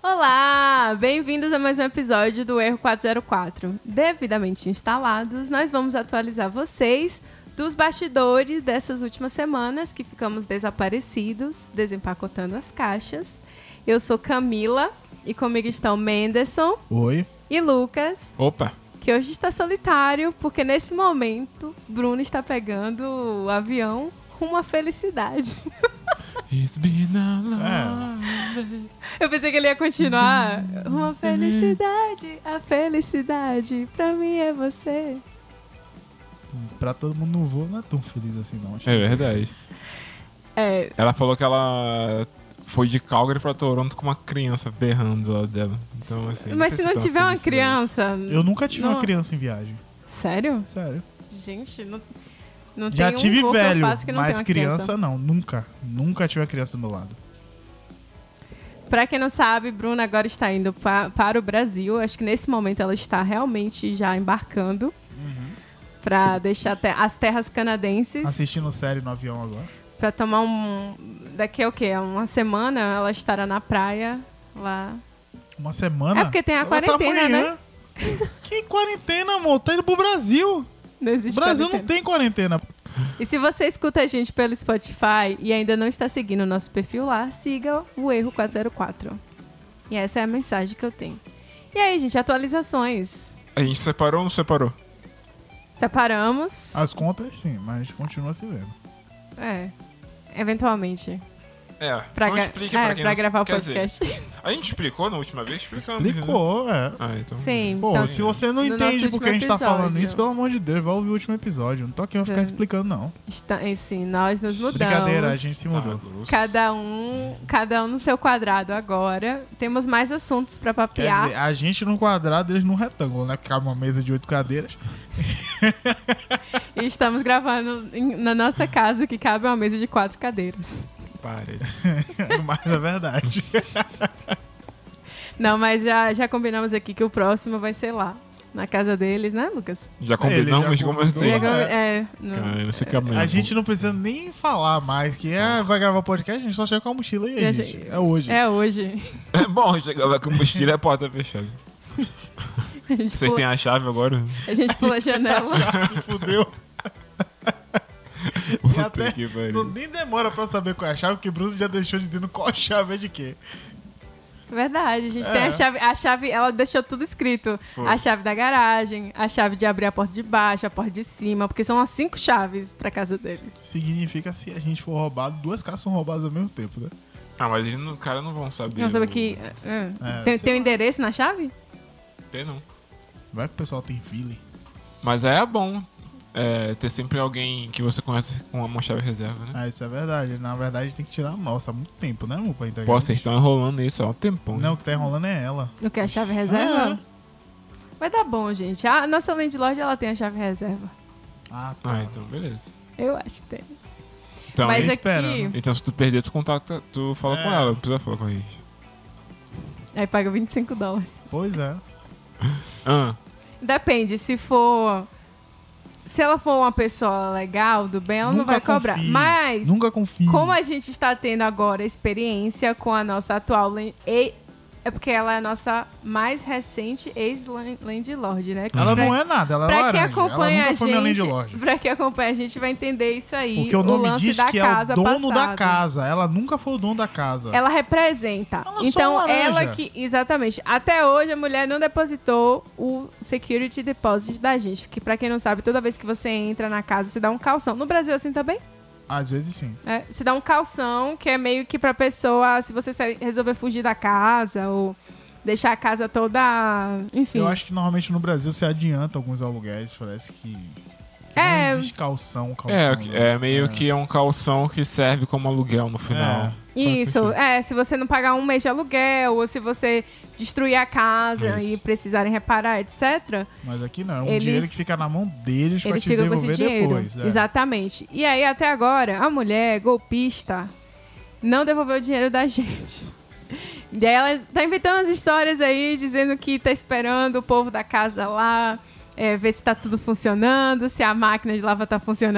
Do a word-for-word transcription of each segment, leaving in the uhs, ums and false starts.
Olá! Bem-vindos a mais um episódio do Erro quatrocentos e quatro. Devidamente instalados, nós vamos atualizar vocês dos bastidores dessas últimas semanas que ficamos desaparecidos, desempacotando as caixas. Eu sou Camila e comigo estão Menderson. Oi. E Lucas. Opa! Que hoje está solitário, porque nesse momento Bruno está pegando o avião rumo à felicidade. It's been a long day. Eu pensei que ele ia continuar. Uma felicidade, a felicidade pra mim é você. Pra todo mundo no voo não é tão feliz assim, não. Acho É verdade. É. Ela falou que ela foi de Calgary pra Toronto com uma criança berrando do lado dela. Então, assim, Mas se não tiver uma criança... Eu nunca tive não... uma criança em viagem. Sério? Sério. Gente, não, não Já tem tive um voo velho, que eu faço que não mas tem uma criança, criança não. Nunca. Nunca tive uma criança do meu lado. Pra quem não sabe, Bruna agora está indo pa- para o Brasil. Acho que nesse momento ela está realmente já embarcando. Uhum. Pra deixar te- as terras canadenses. Assistindo série no avião agora. Pra tomar um... Daqui a o quê? Uma semana ela estará na praia lá. Uma semana? É porque tem a Ela quarentena, tá né? amanhã. Que quarentena, amor? Tá indo pro Brasil. Não O existe Brasil quarentena. não tem quarentena. E se você escuta a gente pelo Spotify e ainda não está seguindo o nosso perfil lá, siga o Erro quatrocentos e quatro. E essa é a mensagem que eu tenho. E aí, gente, atualizações. A gente separou ou não separou? Separamos. As contas, sim, mas continua se vendo. É, eventualmente. É, Pra, então gra- explique é, pra quem pra não gravar o quer dizer, podcast. a gente explicou na última vez? Por isso que eu não vi, né? Explicou, é. Ah, então... Sim. Pô, Então, se você não no nosso entende porque a gente tá último falando episódio. isso, pelo amor de Deus, vai ouvir o último episódio. Não tô aqui pra ficar Já. explicando, não. Está, sim, nós nos mudamos. Brincadeira, a gente se mudou. Tá, grosso. Cada um, cada um no seu quadrado agora. Temos mais assuntos pra Quer papear. dizer, a gente num quadrado, eles num retângulo, né? Cabe uma mesa de oito cadeiras. E estamos gravando em- na nossa casa, que cabe uma mesa de quatro cadeiras. Pare. Mas é verdade. Não, mas já, já combinamos aqui que o próximo vai ser lá, na casa deles, né, Lucas? Já Ele combinamos já como combinou. assim? É. Já combi- é, no- Cara, não sei caminho. A gente não precisa nem falar mais que é, vai gravar podcast, a gente só chega com a mochila e Já aí, che- gente. É hoje. é hoje. É bom, chegar lá com mochila e a porta fechada. A gente, Vocês têm pula, a chave agora? a gente pula a janela. Se fudeu. E Puta até que pariu. não, nem demora pra saber qual é a chave, porque Bruno já deixou dizendo qual chave é de quê. Verdade, a gente É. tem a chave, a chave, ela deixou tudo escrito. Foi. A chave da garagem, a chave de abrir a porta de baixo, a porta de cima, porque são as cinco chaves pra casa deles. Significa se a gente for roubado, duas casas são roubadas ao mesmo tempo, né? Ah, mas eles não, cara não vão saber. Não sabe o- que... é, É, tem sei tem o lá. endereço na chave? Tem não. Vai que o pessoal tem feeling. Mas é bom é, ter sempre alguém que você conhece com uma chave reserva, né? Ah, isso é verdade. Na verdade, tem que tirar a nossa há muito tempo, né, amor, pra entregar. Pô, vocês estão enrolando isso há um tempão. Não, o que tá enrolando é ela. O que? A chave reserva? Ah, Vai dar bom, gente. A nossa landlord, ela tem a chave reserva. Ah, tá. Ah, então beleza. Eu acho que tem. Então, Mas eu aqui... esperando. então se tu perder, tu contacta, tu fala É. com ela, não precisa falar com a gente. Aí paga vinte e cinco dólares. Pois é. Ah, Depende, se for... Se ela for uma pessoa legal, do bem, ela não Nunca vai cobrar. confie. Mas, Nunca confio. como a gente está tendo agora experiência com a nossa atual... lan- e- É porque ela é a nossa mais recente ex-landlord, né? Ela Pra- não é nada, ela é Pra laranja. quem acompanha ela a nunca foi minha gente, landlord. pra quem acompanha a gente vai entender isso aí. Porque o nome lance diz da que é casa o dono da passado. casa. Ela nunca foi o dono da casa. Ela representa. Ela só então, laranja. ela que... Exatamente. Até hoje, a mulher não depositou o security deposit da gente. Que, pra quem não sabe, toda vez que você entra na casa, você dá um calção. No Brasil, assim também? Às vezes sim. É, você dá um calção, que é meio que pra pessoa... Se você sa- resolver fugir da casa, ou deixar a casa toda... Enfim. Eu acho que normalmente no Brasil você adianta alguns aluguéis. Parece que... que É. Não existe calção, calção. é, né? é meio que é um calção que serve como aluguel no final. É. Isso, Faz sentido. é, se você não pagar um mês de aluguel, ou se você destruir a casa Isso. e precisarem reparar, etcétera, Mas aqui não. É um Eles- dinheiro que fica na mão deles pra eles te ficam com devolver esse dinheiro. depois. é. Exatamente. E aí, até agora, a mulher golpista não devolveu o dinheiro da gente. E aí ela tá inventando as histórias aí, dizendo que tá esperando o povo da casa lá, é, ver se tá tudo funcionando, se a máquina de lavar tá funcionando.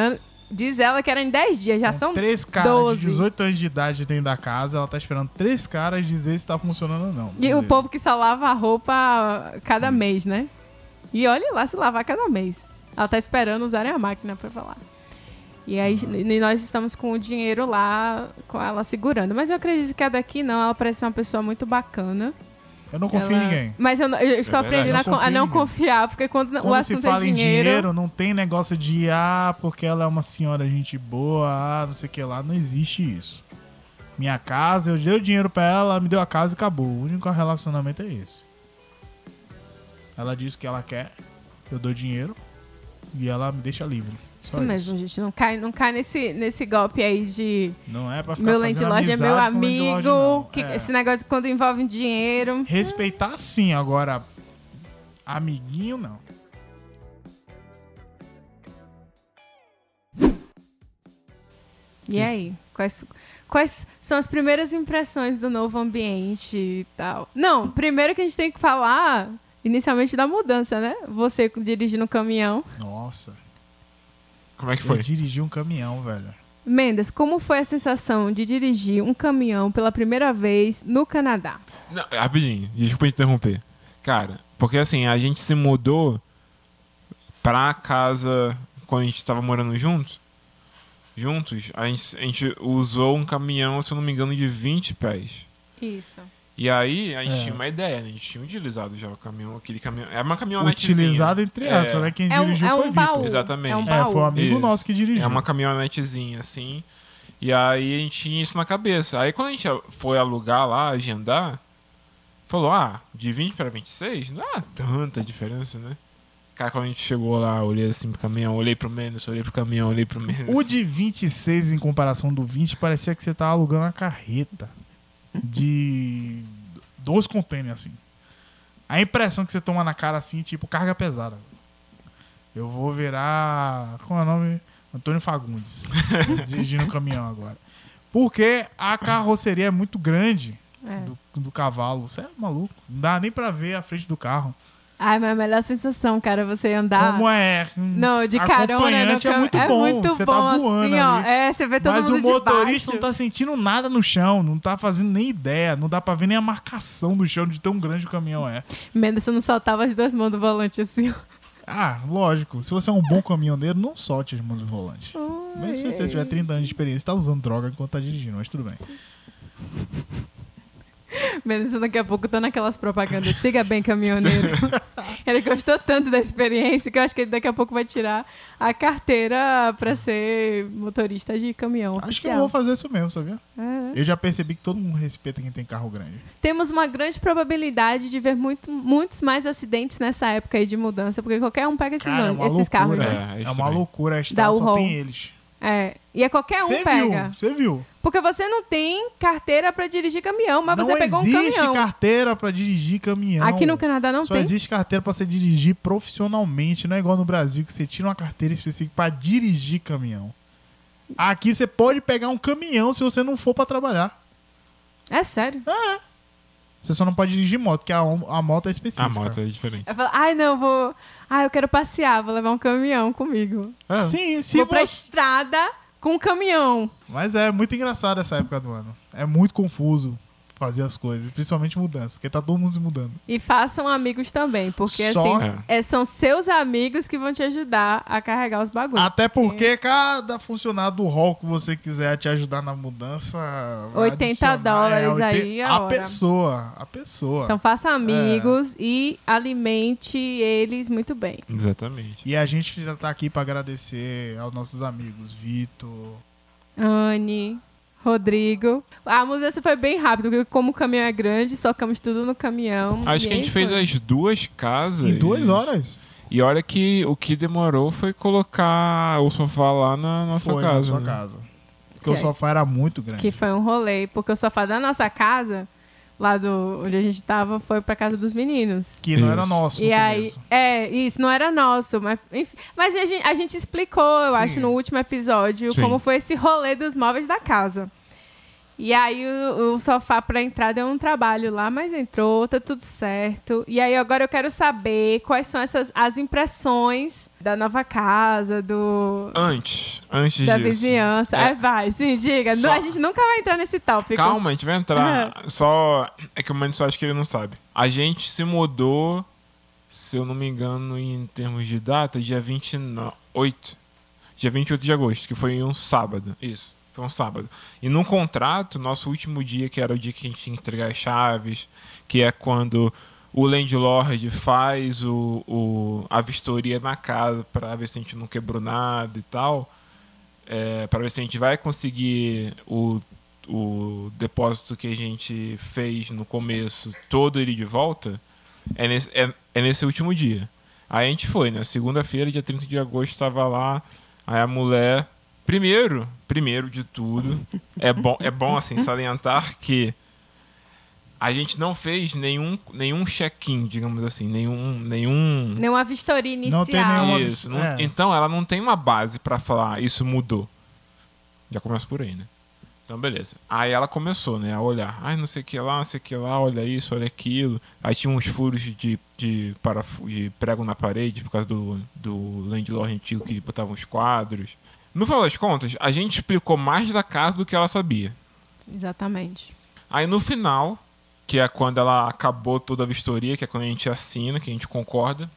Diz ela que era em dez dias, já Com são três caras doze. de dezoito anos de idade dentro da casa, ela tá esperando três caras dizer se tá funcionando ou não. E Beleza. o povo que só lava a roupa cada mês, né? E olha lá se lavar cada mês. Ela tá esperando usarem a máquina pra falar. E aí e nós estamos com o dinheiro lá, com ela segurando. Mas eu acredito que a daqui não, ela parece uma pessoa muito bacana. Eu não confio Ela- em ninguém. Mas eu, não- eu estou É aprendendo verdade. a, Não co- a confio em não ninguém. confiar, porque quando, Quando o se assunto fala é em dinheiro... dinheiro, não tem negócio de, ah, porque ela é uma senhora gente boa, ah, não sei o que lá. Não existe isso. Minha casa, eu dei o dinheiro pra ela, ela me deu a casa e acabou. O único relacionamento é esse. Ela diz o que ela quer, eu dou dinheiro e ela me deixa livre. Só Isso mesmo, gente. Não cai, não cai nesse, nesse golpe aí de Não é pra ficar meu fazendo landlord é meu amizade com landlord, amigo. não. Que, É. Esse negócio quando envolve dinheiro. Respeitar sim, agora amiguinho não. E aí? Quais, quais são as primeiras impressões do novo ambiente e tal? Não, primeiro que a gente tem que falar inicialmente da mudança, né? Você dirigindo o caminhão. Nossa, Como é que eu foi? dirigi um caminhão, velho. Mendes, como foi a sensação de dirigir um caminhão pela primeira vez no Canadá? Não, rapidinho, desculpa te interromper. Cara, porque assim, a gente se mudou pra casa quando a gente tava morando juntos. Juntos, a gente, a gente usou um caminhão, se eu não me engano, de vinte pés. Isso. E aí, a gente É. tinha uma ideia, né? A gente tinha utilizado já o caminhão, aquele caminhão. É uma caminhonetezinha. Utilizado entre aspas, É. né? Quem É um, dirigiu é foi um Vitor. baú. Exatamente. É um É, baú. foi um amigo Isso. nosso que dirigiu. É uma caminhonetezinha, assim. E aí a gente tinha isso na cabeça. Aí quando a gente foi alugar lá, agendar, falou, ah, de vinte para vinte e seis? Não é tanta diferença, né? Cara, quando a gente chegou lá, olhei assim pro caminhão, olhei pro menos, olhei pro caminhão, olhei pro menos. O de vinte e seis em comparação do vinte parecia que você tava alugando uma carreta de dois containers, assim. A impressão que você toma na cara, assim, tipo, carga pesada. Eu vou virar... Qual é o nome? Antônio Fagundes. Dirigindo o caminhão agora. Porque a carroceria é muito grande É. do, do cavalo. Você é maluco. Não dá nem pra ver a frente do carro. Ai, mas a melhor sensação, cara, você andar... Como é? Não, de carona no Acompanhante é cam- muito é bom. muito Você bom, tá voando assim, ó. ali. É, você vê todo Mas mundo o motorista de não baixo. tá sentindo nada no chão, não tá fazendo nem ideia, não dá pra ver nem a marcação do chão de tão grande o caminhão é. Mendes não soltava as duas mãos do volante, assim, ó. Ah, lógico, se você é um bom caminhoneiro, não solte as mãos do volante. Mas se Ai, você ai. tiver trinta anos de experiência, tá usando droga enquanto tá dirigindo, mas tudo bem. Mendes daqui a pouco tá naquelas propagandas. Siga bem, caminhoneiro. Ele gostou tanto da experiência que eu acho que ele daqui a pouco vai tirar a carteira pra ser motorista de caminhão Acho que eu oficial. vou fazer isso mesmo, sabia? É. Eu já percebi que todo mundo respeita quem tem carro grande. Temos uma grande probabilidade de ver muito, muitos mais acidentes nessa época aí de mudança, porque qualquer um pega esses, Cara, é ônibus- uma esses carros, loucura. né? É, É, isso uma aí. loucura, a Dá estrada o só rol. tem eles. É. E é qualquer um Você pega. viu, você viu. Porque você não tem carteira pra dirigir caminhão, mas não você pegou um existe caminhão. carteira pra dirigir caminhão. Aqui no Canadá não Só tem. existe carteira pra você dirigir profissionalmente. Não é igual no Brasil que você tira uma carteira específica pra dirigir caminhão. Aqui você pode pegar um caminhão se você não for pra trabalhar. É sério. Você só não pode dirigir moto, porque a, a moto é específica. A moto é diferente. Eu falo, ai não, vou. Ai, eu quero passear, vou levar um caminhão comigo. É. Sim, sim. vou pra você- estrada com um caminhão. Mas é muito engraçado essa época do ano. É muito confuso fazer as coisas, principalmente mudanças, porque tá todo mundo se mudando. E façam amigos também, porque Só- assim, é, são seus amigos que vão te ajudar a carregar os bagulhos. Até porque cada funcionário do hall que você quiser te ajudar na mudança... vai oitenta adicionar, dólares é, aí a a hora. pessoa, a pessoa. Então faça amigos e alimente eles muito bem. Exatamente. E a gente já tá aqui pra agradecer aos nossos amigos, Vitor. Anne, Rodrigo. A mudança foi bem rápida, porque como o caminhão é grande, socamos tudo no caminhão. Acho e que a aí gente fez foi. as duas casas. Em duas horas. E olha que o que demorou foi colocar o sofá lá na nossa Foi casa. na sua né? casa. Porque Que o é- sofá era muito grande. Que foi um rolê, porque o sofá da nossa casa, lá do onde a gente tava, foi pra casa dos meninos. Que não era Isso. nosso E no aí, começo. é, isso, não era nosso, mas enfim. Mas a gente, a gente explicou, eu Sim. acho, no último episódio, Sim. como foi esse rolê dos móveis da casa. E aí o, o sofá para entrar deu um trabalho lá, mas entrou, tá tudo certo. E aí agora eu quero saber quais são essas as impressões da nova casa, do Antes, antes da disso. vizinhança. É. Ai, vai, sim, diga. Só- A gente nunca vai entrar nesse tópico. Calma, a gente vai entrar. Só é que o Manny só acha que ele não sabe. A gente se mudou, se eu não me engano, em termos de data, dia vinte e oito. Dia vinte e oito de agosto, que foi um sábado. Isso. Foi um sábado. E no contrato, nosso último dia, que era o dia que a gente tinha que entregar as chaves, que é quando o landlord faz o, o, a vistoria na casa para ver se a gente não quebrou nada e tal, é, para ver se a gente vai conseguir o, o depósito que a gente fez no começo, todo ele de volta, é nesse, é, é nesse último dia. Aí a gente foi, né? Segunda-feira, dia trinta de agosto, estava lá, aí a mulher... Primeiro, primeiro de tudo, é bom, é bom assim salientar que a gente não fez nenhum, nenhum check-in, digamos assim, nenhum, nenhum Nenhuma vistoria inicial. Não tem nenhuma- isso. Não- É. Então ela não tem uma base pra falar isso mudou. Já começa por aí, né? Então beleza. Aí ela começou, né, a olhar. Ai, não sei o que lá, não sei o que lá, olha isso, olha aquilo. Aí tinha uns furos de, de, parafu- de prego na parede por causa do, do landlord antigo que botava uns quadros. No final das contas, a gente explicou mais da casa do que ela sabia. Exatamente. Aí no final, que é quando ela acabou toda a vistoria, que é quando a gente assina, que a gente concorda.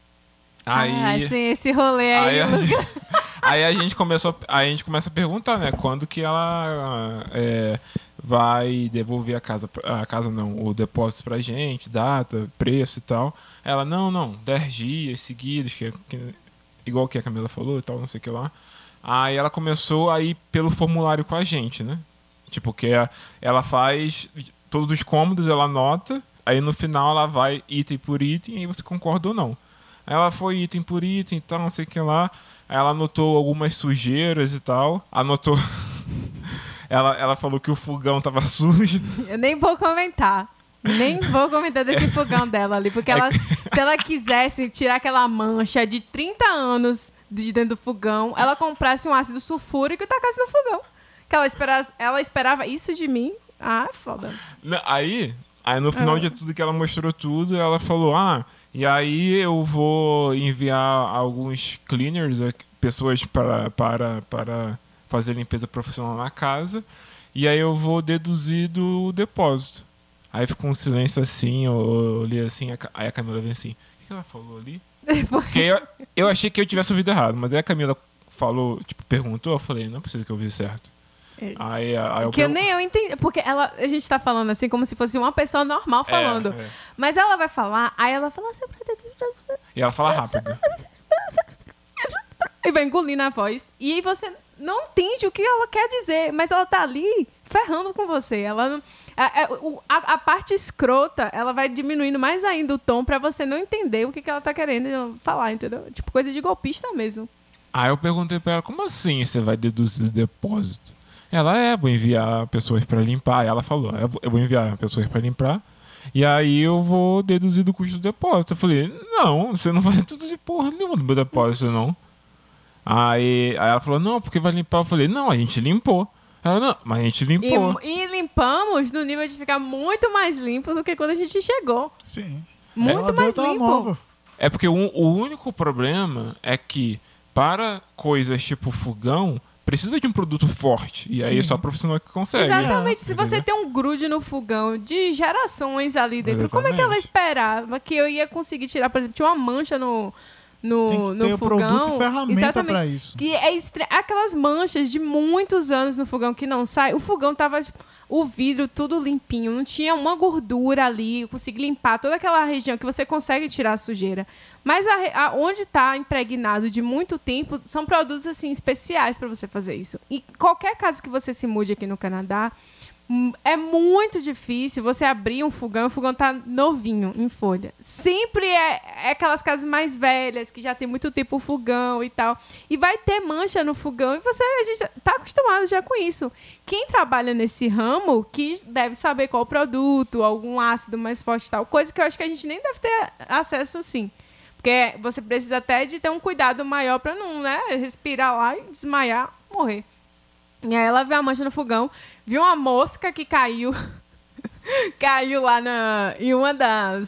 Aí, Ah, sim, esse rolê aí. aí, a, gente, aí a gente começou, aí a gente começa a perguntar, né, quando que ela é, vai devolver a casa, a casa não, o depósito pra gente, data, preço e tal. Ela, não, não, dez dias seguidos, que, que, igual que a Camila falou e tal, não sei o que lá. Aí ela começou a ir pelo formulário com a gente, né? Tipo, que é- ela faz todos os cômodos, ela anota, aí no final ela vai item por item, e aí você concorda ou não. Aí ela foi item por item e tal, não sei o que lá. Aí ela anotou algumas sujeiras e tal. Anotou... ela, ela falou que o fogão tava sujo. Eu nem vou comentar. Nem vou comentar desse fogão dela ali, porque É ela, se ela quisesse tirar aquela mancha de trinta anos de dentro do fogão, ela comprasse um ácido sulfúrico e tacasse no fogão. Que ela esperava, ela esperava isso de mim. Ah, foda. Não, Aí, aí no final Ah. de tudo que ela mostrou tudo, ela falou, ah, e aí eu vou enviar alguns cleaners, eh, pessoas para, para, para fazer limpeza profissional na casa, e aí eu vou deduzir do depósito. Aí ficou um silêncio assim, eu, eu olhei assim, a Ca- aí a Camila veio assim, o que ela falou ali? Porque eu, eu achei que eu tivesse ouvido errado, mas aí a Camila falou, tipo, perguntou, eu falei, não é possível que eu ouvi certo. É. Aí, aí eu Que eu pergun- nem eu entendi. Porque ela, a gente tá falando assim como se fosse uma pessoa normal É, falando. é. Mas ela vai falar, aí ela fala assim. E ela fala rápido. E vai engolindo a voz. E aí você não entende o que ela quer dizer. Mas ela tá ali ferrando com você. Ela não, a, a, o- a- a parte escrota, ela vai diminuindo mais ainda o tom pra você não entender o que, que ela tá querendo falar, entendeu? Tipo, coisa de golpista mesmo. Aí eu perguntei pra ela, como assim você vai deduzir o depósito? Ela, é, vou enviar pessoas pra limpar. Aí ela falou, eu vou- eu vou enviar pessoas pra limpar. E aí eu vou deduzir do custo do depósito. Eu falei, não, você não vai deduzir porra nenhuma do meu depósito, não. Aí, aí ela falou, não, porque vai limpar. Eu falei, não, a gente limpou. Ela, não, mas a gente E, limpou. e limpamos no nível de ficar muito mais limpo do que quando a gente chegou. Sim. Muito Ela mais deu, tá limpo. nova. É porque o, o único problema é que para coisas tipo fogão, precisa de um produto forte. E aí Sim. é só profissional que consegue. Exatamente. Se Entendeu? você tem um grude no fogão de gerações ali dentro, como é que ela Exatamente. esperava que eu ia conseguir tirar, por exemplo, tinha uma mancha no, no, Tem que no ter o fogão? produto e ferramenta Exatamente. pra isso. Que é estre... aquelas manchas de muitos anos no fogão que não sai. O fogão tava tipo, o vidro tudo limpinho, não tinha uma gordura ali. Eu consegui limpar toda aquela região que você consegue tirar a sujeira. Mas a, re- a- onde está impregnado de muito tempo são produtos assim especiais para você fazer isso. E qualquer casa que você se mude aqui no Canadá, hum, é muito difícil você abrir um fogão e o fogão tá novinho, em folha. Sempre é, é aquelas casas mais velhas, que já tem muito tempo o fogão e tal. E vai ter mancha no fogão e você, a gente tá acostumado já com isso. Quem trabalha nesse ramo, que deve saber qual produto, algum ácido mais forte e tal. Coisa que eu acho que a gente nem deve ter acesso assim. Porque você precisa até de ter um cuidado maior para não, né, respirar lá e desmaiar, morrer. E aí ela viu a mancha no fogão, viu uma mosca que caiu, caiu lá na, em uma das,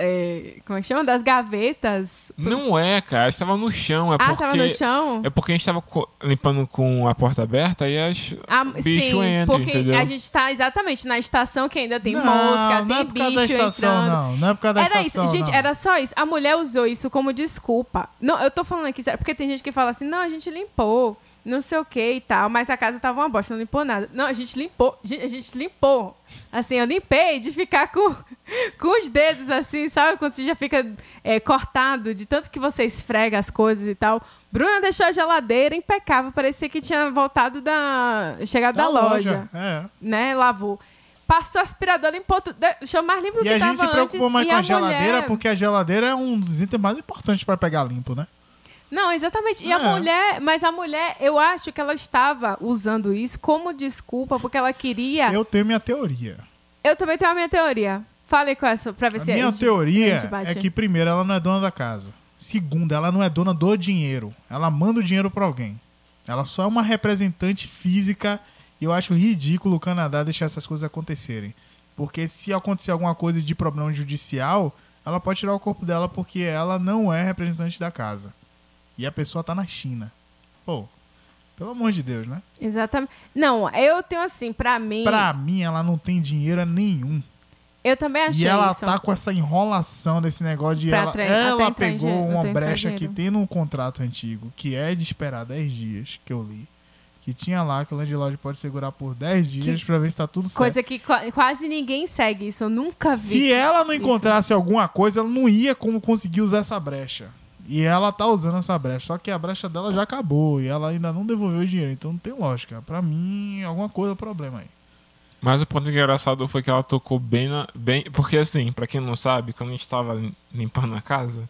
é, como é que chama? Das gavetas. Não é, cara, estava no chão. É ah, porque, tava no chão? É porque a gente estava limpando com a porta aberta e as Ah, bicho sim, entra, porque entendeu? a gente tá exatamente na estação que ainda tem não, mosca, não tem é por causa bicho da estação, entrando. não. Não é por causa da Era estação, isso, gente, não. era só isso. A mulher usou isso como desculpa. Não, eu tô falando aqui, sério, porque tem gente que fala assim, não, a gente limpou, não sei o que e tal, mas a casa tava uma bosta, não limpou nada. Não, a gente limpou, gente, a gente limpou. Assim, eu limpei de ficar com, com os dedos assim, sabe? Quando você já fica é, cortado de tanto que você esfrega as coisas e tal. Bruna deixou a geladeira impecável, parecia que tinha voltado da... chegado da, Da loja, loja, é. né? Lavou. Passou aspirador, limpou tudo, deixou mais limpo do E que a tava gente se preocupou antes, mais e com a, a geladeira, mulher... porque a geladeira é um dos itens mais importantes para pegar limpo, né? Não, exatamente. E É. a mulher, mas a mulher, eu acho que ela estava usando isso como desculpa, porque ela queria. Eu, Eu tenho minha teoria. também tenho a minha teoria. Fale com essa, pra ver A se minha a gente- teoria a gente bate. é que, primeiro, ela não é dona da casa. Segundo, ela não é dona do dinheiro. Ela manda o dinheiro pra alguém. Ela só é uma representante física e eu acho ridículo o Canadá deixar essas coisas acontecerem. Porque se acontecer alguma coisa de problema judicial, ela pode tirar o corpo dela porque ela não é representante da casa. E a pessoa tá na China. Pô, pelo amor de Deus, né? Exatamente. Não, eu tenho assim, pra mim. Pra mim, ela não tem dinheiro nenhum. Eu também achei E ela isso. tá com essa enrolação desse negócio de Pra ela, tre- ela até entrar em pegou dinheiro- uma até entrar em brecha que dinheiro. tem num contrato antigo, que é de esperar dez dias, que eu li. Que tinha lá que o landlord pode segurar por dez dias pra ver se tá tudo certo. Coisa que qua- quase ninguém segue isso. Eu nunca vi. Se ela não isso. encontrasse alguma coisa, ela não ia como conseguir usar essa brecha. E ela tá usando essa brecha. Só que a brecha dela já acabou e ela ainda não devolveu o dinheiro. Então não tem lógica. Pra mim, alguma coisa é o problema aí. Mas o ponto engraçado foi que ela tocou bem na. Bem, porque assim, pra quem não sabe, quando a gente tava lim- limpando a casa,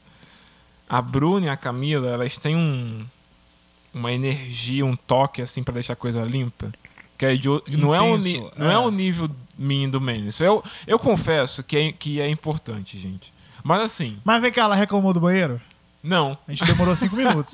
a Bruna e a Camila, elas têm um. Uma energia, um toque assim pra deixar a coisa limpa. Que é de, o- não, é um, ni- Intenso, não é é. o nível mim do Menes. Eu, eu confesso que é, que é importante, gente. Mas assim, Mas vem cá, ela reclamou do banheiro? não. A gente demorou cinco minutos.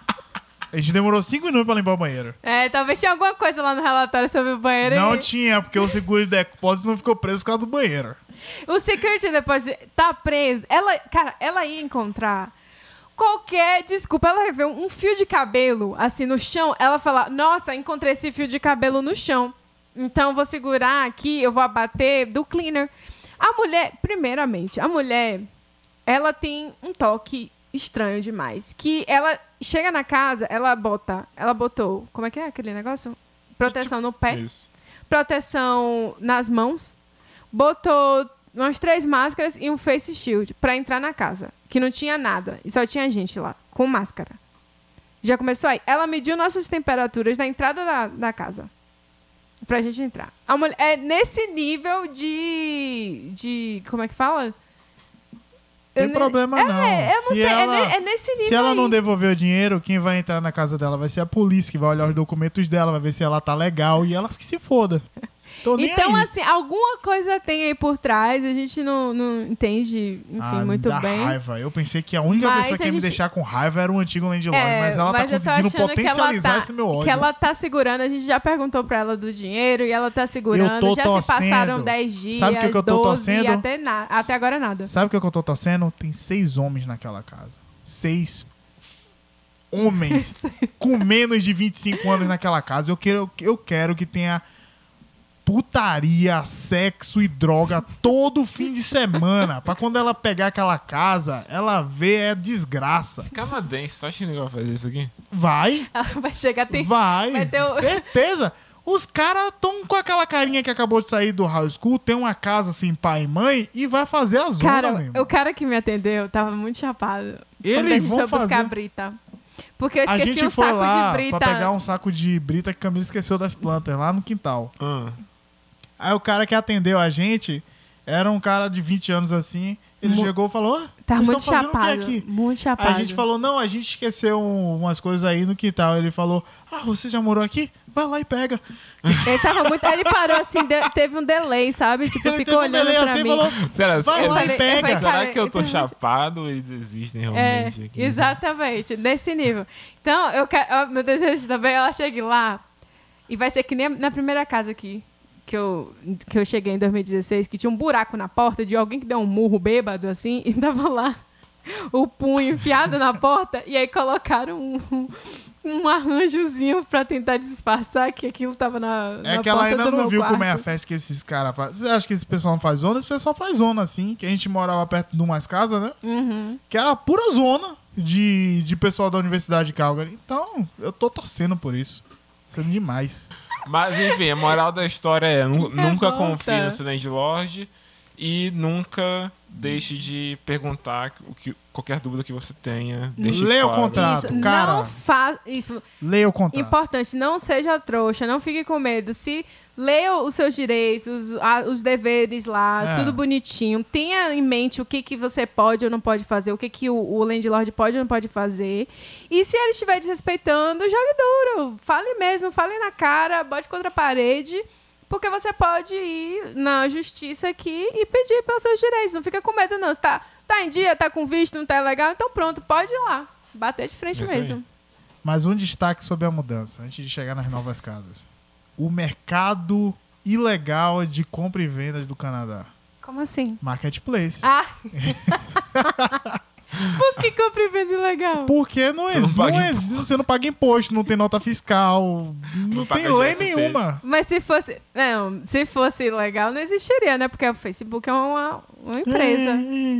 A gente demorou cinco minutos pra limpar o banheiro. É, talvez tinha alguma coisa lá no relatório sobre o banheiro. Não e... tinha, porque o seguro de depósito não ficou preso por causa do banheiro. O security depois tá preso. Ela, cara, ela ia encontrar qualquer desculpa. Ela ia ver um fio de cabelo assim no chão. Ela fala: nossa, encontrei esse fio de cabelo no chão. Então eu vou segurar aqui, eu vou abater do cleaner. A mulher, primeiramente, a mulher, ela tem um toque estranho demais. Que ela chega na casa, ela bota, ela botou, como é que é aquele negócio? Proteção no pé. Isso. Proteção nas mãos, botou umas três máscaras e um face shield pra entrar na casa, que não tinha nada, e só tinha gente lá, com máscara. Já começou aí. Ela mediu nossas temperaturas na entrada da, da casa, pra gente entrar. A mulher, é nesse nível de... de como é que fala? Tem Eu ne- problema não. É, eu não Se sei, é ela- ne- é, nesse nível Se ela não aí. devolver o dinheiro, quem vai entrar na casa dela vai ser a polícia, que vai olhar os documentos dela, vai ver se ela tá legal e elas que se foda. Tô nem Então, aí. assim, alguma coisa tem aí por trás, a gente não, não entende, enfim, Ah, me muito dá bem. raiva. Eu pensei que a única Mas pessoa que a ia me gente- deixar com raiva era o antigo Landlord, É, mas ela mas tá eu tô conseguindo achando que ela potencializar tá- esse meu ódio. Que ela tá segurando, a gente já perguntou pra ela do dinheiro e ela tá segurando. tô Já torcendo. se passaram dez dias, Sabe o que que eu tô doze, torcendo? até, na, até agora nada. Sabe o que eu tô torcendo? Tem seis homens naquela casa. Seis homens com menos de vinte e cinco anos naquela casa. Eu quero, eu quero que tenha putaria, sexo e droga todo fim de semana. Pra quando ela pegar aquela casa, ela vê é desgraça. Canadense, tu acha que ninguém vai fazer isso aqui? Vai, Ela vai chegar, tem... vai, vai ter o- certeza. Os caras estão com aquela carinha que acabou de sair do high school, tem uma casa sem pai e mãe e vai fazer a zona Cara, mesmo. o cara que me atendeu tava muito chapado. Quando a Eles gente vão foi buscar fazer... brita. Porque eu A esqueci gente um foi saco lá de brita. pra pegar um saco de brita que a Camila esqueceu das plantas lá no quintal. Ah. Aí o cara que atendeu a gente era um cara de vinte anos assim. Ele Mu- chegou e falou: "Ah, Tá vocês muito estão fazendo o quê chapado. aqui?" Muito Aí chapado. a gente falou: "Não, a gente esqueceu um- umas coisas aí no quintal." Ele falou: "Ah, você já morou aqui? Vai lá e pega." Ele tava muito. Ele parou assim, de- teve um delay, sabe? Tipo, Ele ficou teve um olhando delay pra assim e mim. falou: Será, Vai será- lá e falei- pega. eu falei, será cara, que eu tô eu tô- chapado ou eles existem É, realmente aqui? exatamente, nesse nível. Então, eu quero, ó, meu desejo também, ela chegue lá E vai ser que nem na primeira casa aqui, que eu, que eu cheguei em dois mil e dezesseis, que tinha um buraco na porta de alguém que deu um murro bêbado, assim, e tava lá o punho enfiado na porta, e aí colocaram um, um arranjozinho pra tentar disfarçar que aquilo tava na, na É que ela porta ainda do não meu viu quarto. como é a festa que esses caras fazem. Você acha que esse pessoal não faz zona? Esse pessoal faz zona, assim, que a gente morava perto de umas casas, né? Uhum. Que era pura zona de, de pessoal da Universidade de Calgary. Então, eu tô torcendo por isso. Sendo demais. Mas enfim, a moral da história é nu- Que nunca revolta. confie no seu landlord e nunca deixe de perguntar o que, qualquer dúvida que você tenha. Deixe Lê o claro. contrato. Isso, cara. não faz isso. Leia o contrato. Importante, não seja trouxa, não fique com medo. Se leia os seus direitos, a- os deveres lá, É. tudo bonitinho. Tenha em mente o que, que você pode ou não pode fazer, o que, que o, o landlord pode ou não pode fazer. E se ele estiver desrespeitando, jogue duro. Fale mesmo, fale na cara, bote contra a parede. Porque você pode ir na justiça aqui e pedir pelos seus direitos. Não fica com medo, não. Se tá, tá em dia, tá com visto, não tá legal, então pronto, pode ir lá. Bater de frente Isso aí. mesmo. Mas um destaque sobre a mudança, antes de chegar nas novas casas. O mercado ilegal de compra e venda do Canadá. Como assim? Marketplace. Ah! Por que compra e venda ilegal? Porque não, Você não existe, paga não existe, você não paga imposto, não tem nota fiscal, não, Não tem paga lei G S T. nenhuma. Mas se fosse. Não, se fosse ilegal, não existiria, né? Porque o Facebook é uma, uma empresa.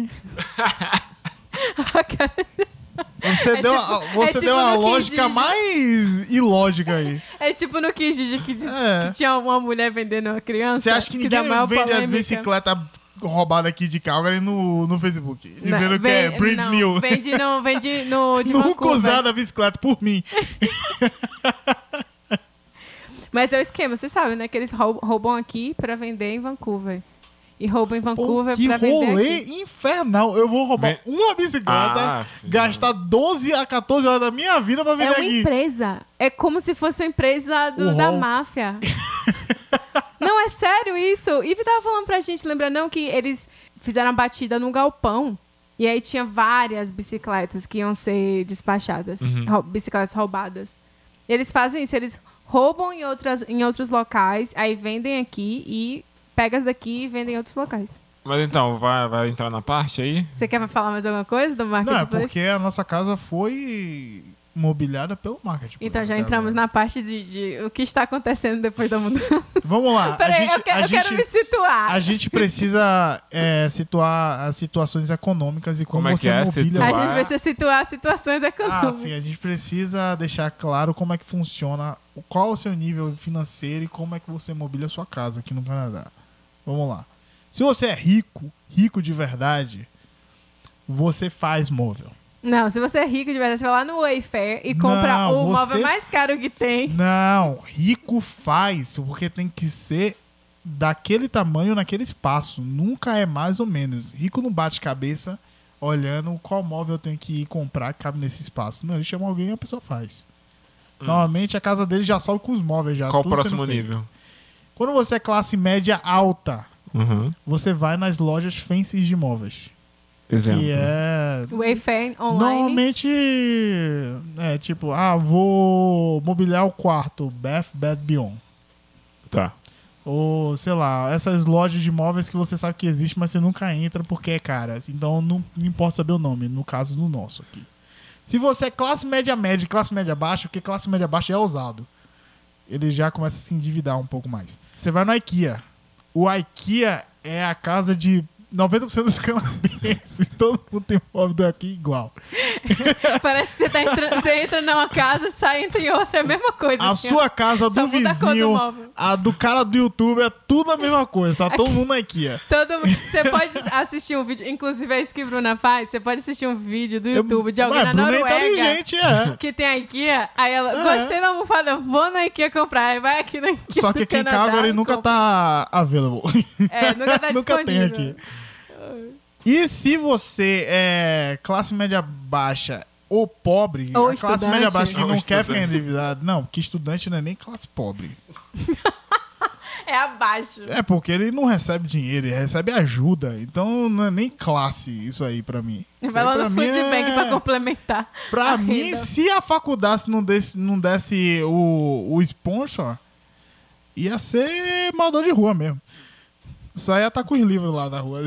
Você É deu, tipo- a, você é tipo deu a no lógica Kijiji. mais ilógica aí. É tipo no Kijiji que disse É. que tinha uma mulher vendendo uma criança. Você acha que dá ninguém maior vende as polêmica. bicicletas roubadas aqui de Calgary no, no Facebook? Não, Dizendo que é vem- brand não, new. Vende no, vende no de Nunca Vancouver. usada a bicicleta por mim. Mas é o esquema, você sabe, né? Que eles roubam, roubam aqui pra vender em Vancouver. E roubam em Pô, Vancouver que pra vender rolê aqui. infernal. Eu vou roubar Vem- uma bicicleta, Ah, filho. gastar doze a quatorze horas da minha vida pra É vender uma aqui. empresa. É como se fosse uma empresa do- O da rol. máfia. Não, é sério isso. O Ivy tava falando pra gente, lembra não, que eles fizeram a batida num galpão. E aí tinha várias bicicletas que iam ser despachadas. Uhum. rou- Bicicletas roubadas. Eles fazem isso, eles roubam em, outras, em outros locais, aí vendem aqui e pegam as daqui e vendem em outros locais. Mas então, vai, vai entrar na parte aí? Você quer falar mais alguma coisa do Não, é Marketplace? porque a nossa casa foi mobiliada pelo Marketplace. Então já até entramos agora. na parte de, de o que está acontecendo depois da mudança. Vamos lá. Peraí, a gente, eu, quero, a eu quero gente- me situar. A gente precisa é, situar as situações econômicas e como, Como é que você é? mobília. Situar? A gente precisa situar situações Ah, econômicas. sim, a gente precisa deixar claro como é que funciona, qual é o seu nível financeiro e como é que você mobília a sua casa aqui no Canadá. Vamos lá. Se você é rico, rico de verdade, você faz móvel. Não, se você é rico de verdade, você vai lá no Wayfair e compra Não, o você- móvel mais caro que tem. Não, rico faz, porque tem que ser daquele tamanho, naquele espaço. Nunca é mais ou menos. Rico não bate cabeça olhando qual móvel eu tenho que ir comprar que cabe nesse espaço. Não, ele chama alguém e a pessoa faz. Hum. Normalmente a casa dele já sobe com os móveis já. Qual o tudo próximo sendo feito. nível? Quando você é classe média alta, Uhum. você vai nas lojas fancies de móveis. Exemplo. Que é... Wayfair online. Normalmente é tipo, ah, vou mobiliar o quarto, Bath, Bed Beyond. Tá. Ou, sei lá, essas lojas de móveis que você sabe que existe, mas você nunca entra porque é cara. Então não, não importa saber o nome, no caso do nosso aqui. Se você é classe média média e classe média baixa, porque classe média baixa é ousado. Ele já começa a se endividar um pouco mais. Você vai no IKEA. O IKEA é a casa de noventa por cento dos canadenses. Todo mundo tem móvel do IKEA igual. Parece que você, tá entrando, você entra numa casa, sai entra em outra, é a mesma coisa. A assim, ó. sua casa Só do muda a cor do vizinho, móvel. a do cara do YouTube, é tudo a mesma coisa. Tá todo mundo na IKEA. Todo mundo- Você pode assistir um vídeo, inclusive é isso que Bruna faz, você pode assistir um vídeo do YouTube de alguém Mas na Bruna é Noruega inteligente, é. que tem a IKEA, aí ela, É. gostei da almofada, vou na IKEA comprar, aí vai aqui na IKEA Só que do aqui em Canadá Calgary e nunca compra. tá available. É, nunca tá Nunca tem disponível. aqui. E se você é classe média baixa ou pobre, Ou a classe estudante. média baixa que Ou não quer estudante. ficar endividado, não, que estudante não é nem classe pobre. É abaixo. É porque ele não recebe dinheiro, ele recebe ajuda. Então não é nem classe isso aí pra mim. Isso Vai aí lá pra no mim Food Bank é- pra complementar. Pra a mim, renda. se a faculdade não desse, não desse o, o sponsor, ia ser morador de rua mesmo. Só ia estar com os livros lá na rua.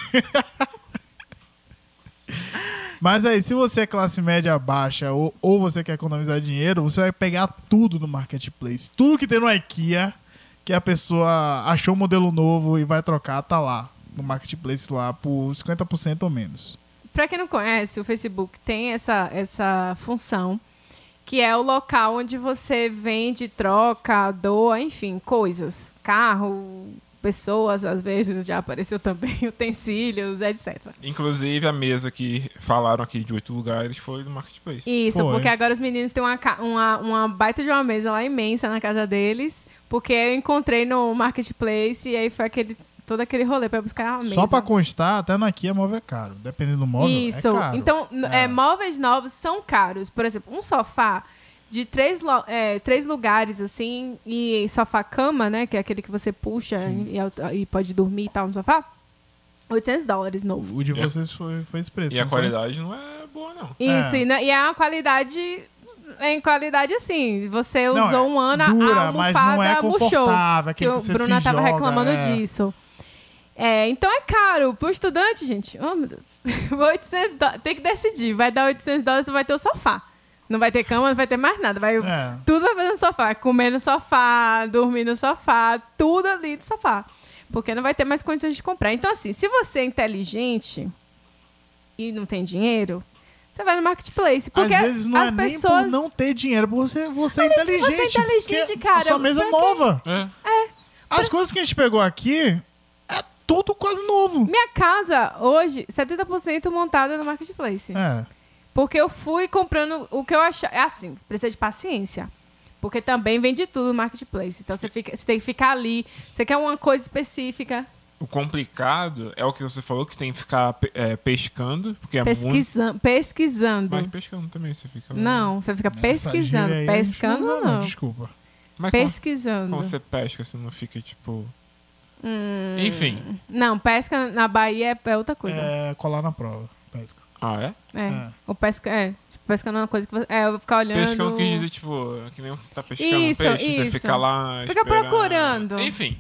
Mas aí, se você é classe média baixa ou, ou você quer economizar dinheiro, você vai pegar tudo no Marketplace. Tudo que tem no IKEA, que a pessoa achou um modelo novo e vai trocar, tá lá no Marketplace lá por cinquenta por cento ou menos. Pra quem não conhece, o Facebook tem essa, essa função, que é o local onde você vende, troca, doa, enfim, coisas. Carro, pessoas, às vezes já apareceu também, utensílios, etcétera. Inclusive, a mesa que falaram aqui de oito lugares foi do Marketplace. Isso, Foi. porque agora os meninos têm uma, ca- uma, uma baita de uma mesa lá imensa na casa deles, porque eu encontrei no Marketplace e aí foi aquele, todo aquele rolê pra buscar a mesa. Só pra constar, até no IKEA móvel é caro. Dependendo do móvel, Isso. é caro. Então, n- É. é, móveis novos são caros. Por exemplo, um sofá de três, lo- é, três lugares, assim, e sofá-cama, né? Que é aquele que você puxa Sim. e, auto- e pode dormir e tal no sofá. oitocentos dólares novo. O de É. vocês foi, foi esse preço. E a não foi? qualidade não é boa, não. Isso, É. e, na- e é uma qualidade... Em qualidade, assim, você Não, usou é um ano, dura, a mas almofada não é murchou. confortável. Que aquele o que você Bruna se tava joga, reclamando é. disso. É, então é caro. Pro estudante, gente, oh meu Deus, oitocentos dólares, tem que decidir. Vai dar oitocentos dólares, você vai ter o sofá. Não vai ter cama, não vai ter mais nada. Vai, É. Tudo vai fazer no sofá. Comer no sofá, dormir no sofá, tudo ali no sofá. Porque não vai ter mais condições de comprar. Então, assim, se você é inteligente e não tem dinheiro, você vai no Marketplace. Porque Às vezes não as é pessoas... nem por não ter dinheiro, por você, você é Mas se inteligente. você é inteligente, porque cara, A sua mesa é pra quê? nova. É. As coisas que a gente pegou aqui é tudo quase novo. Minha casa, hoje, setenta por cento montada no Marketplace. É. Porque eu fui comprando o que eu achava. É assim, precisa de paciência. Porque também vende tudo no Marketplace. Então você, fica, você tem que ficar ali. Você quer uma coisa específica. O complicado é o que você falou, que tem que ficar pe- é, pescando, porque é muito... Pesquisando. Pesquisando. Mas pescando também, você fica... lá- Não, você fica Essa pesquisando. gíria aí a gente Pescando usa, não. Desculpa. Mas como, Pesquisando. como você pesca, você não fica, tipo... Hum, Enfim. Não, pesca na Bahia é, é outra coisa. É colar na prova. Pesca. Ah, é? É. É. O pesca. É. Pescando é uma coisa que você. É, eu vou ficar olhando. Pescando quis dizer, tipo, que nem você tá pescando Isso, um peixe, você isso. fica lá Fica esperando. procurando. Enfim.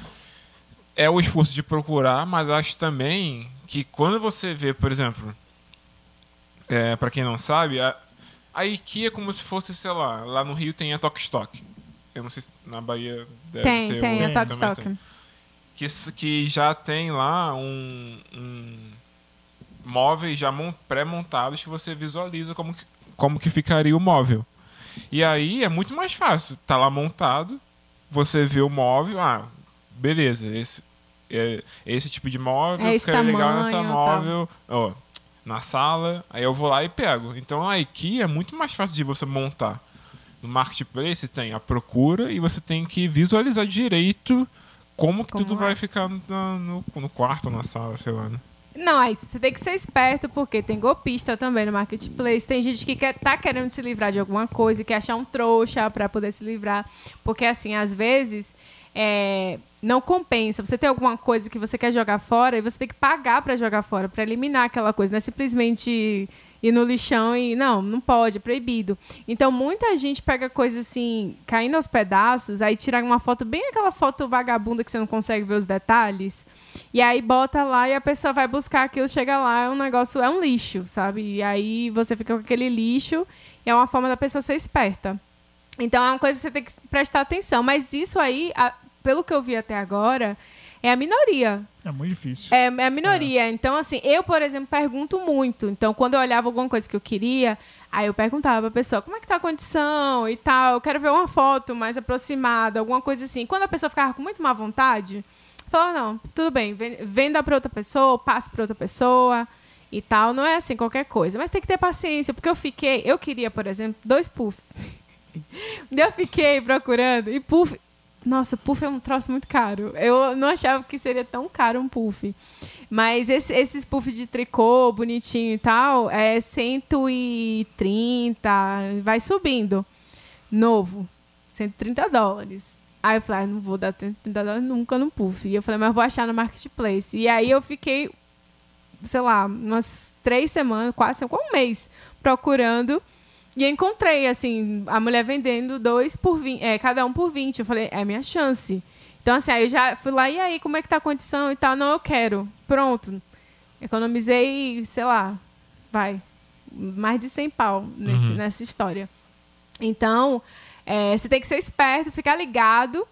É o esforço de procurar, mas acho também que quando você vê, por exemplo, é, para quem não sabe, a, a IKEA é como se fosse, sei lá, lá no Rio tem a Tok Stock. Eu não sei se na Bahia deve Tem, ter. tem, ou a Tok também Stock. tem. Que, s- que já tem lá um, um móveis já mon- pré-montados que você visualiza como que, como que ficaria o móvel. E aí é muito mais fácil. Tá lá montado, você vê o móvel, ah, beleza, esse, é, esse tipo de móvel, É esse ficaria legal tamanho, nessa tal. móvel, ó, na sala, aí eu vou lá e pego. Então a IKEA é muito mais fácil de você montar. No Marketplace tem a procura e você tem que visualizar direito como que Como tudo é. vai ficar na- no, no quarto, na sala, sei lá, né? Não, é isso. Você tem que ser esperto, porque tem golpista também no Marketplace. Tem gente que quer, tá querendo se livrar de alguma coisa e quer achar um trouxa para poder se livrar. Porque, assim, às vezes, é, não compensa. Você tem alguma coisa que você quer jogar fora e você tem que pagar para jogar fora, para eliminar aquela coisa. Não é simplesmente ir no lixão e... Não, não pode, é proibido. Então, muita gente pega coisa assim, caindo aos pedaços, aí tira uma foto, bem aquela foto vagabunda que você não consegue ver os detalhes... E aí bota lá e a pessoa vai buscar aquilo, chega lá, é um negócio, é um lixo, sabe? E aí você fica com aquele lixo e é uma forma da pessoa ser esperta. Então é uma coisa que você tem que prestar atenção. Mas isso aí, a- pelo que eu vi até agora, é a minoria. É muito difícil. É, é a minoria. Então, assim, eu, por exemplo, pergunto muito. Então, quando eu olhava alguma coisa que eu queria, aí eu perguntava pra pessoa, como é que tá a condição e tal? Eu quero ver uma foto mais aproximada, alguma coisa assim. Quando a pessoa ficava com muito má vontade... Falou, não, tudo bem, ven- venda para outra pessoa, passe para outra pessoa e tal. Não é assim qualquer coisa. Mas tem que ter paciência, porque eu fiquei... Eu queria, por exemplo, dois puffs. Eu fiquei procurando e puff... Nossa, puff é um troço muito caro. Eu não achava que seria tão caro um puff. Mas esse- esses puffs de tricô, bonitinho e tal, é cento e trinta, vai subindo. Novo, cento e trinta dólares. Aí eu falei, ah, não vou dar cento e trinta dólares nunca no puff. E eu falei, mas eu vou achar no Marketplace. E aí eu fiquei, sei lá, umas três semanas, quase, quase um mês, procurando. E eu encontrei, assim, a mulher vendendo dois por vinte, é, cada um por vinte. Eu falei, é minha chance. Então, assim, aí eu já fui lá, e aí, como é que tá a condição e tal? Não, eu quero. Pronto. Economizei, sei lá, vai, mais de cem pau nesse, Uhum. nessa história. Então, é, você tem que ser esperto, ficar ligado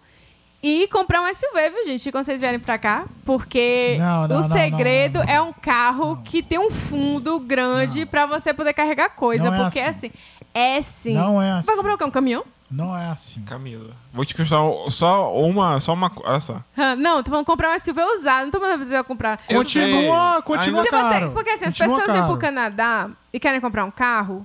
e comprar um S U V, viu, gente? Quando vocês vierem pra cá. Porque Não, não, o não, segredo não, não, não. é um carro Não. que tem um fundo grande Não. pra você poder carregar coisa. Não é porque, assim. assim, é sim. Não é assim. Vai comprar o quê? Um caminhão? Não é assim. Camila, vou te prestar só uma, só uma, olha só. Ah, não, tô falando comprar um S U V usado. Não tô mandando você comprar. Eu Continua, sei. continua Se caro. você, porque assim, as Continua pessoas vêm caro. pro Canadá e querem comprar um carro,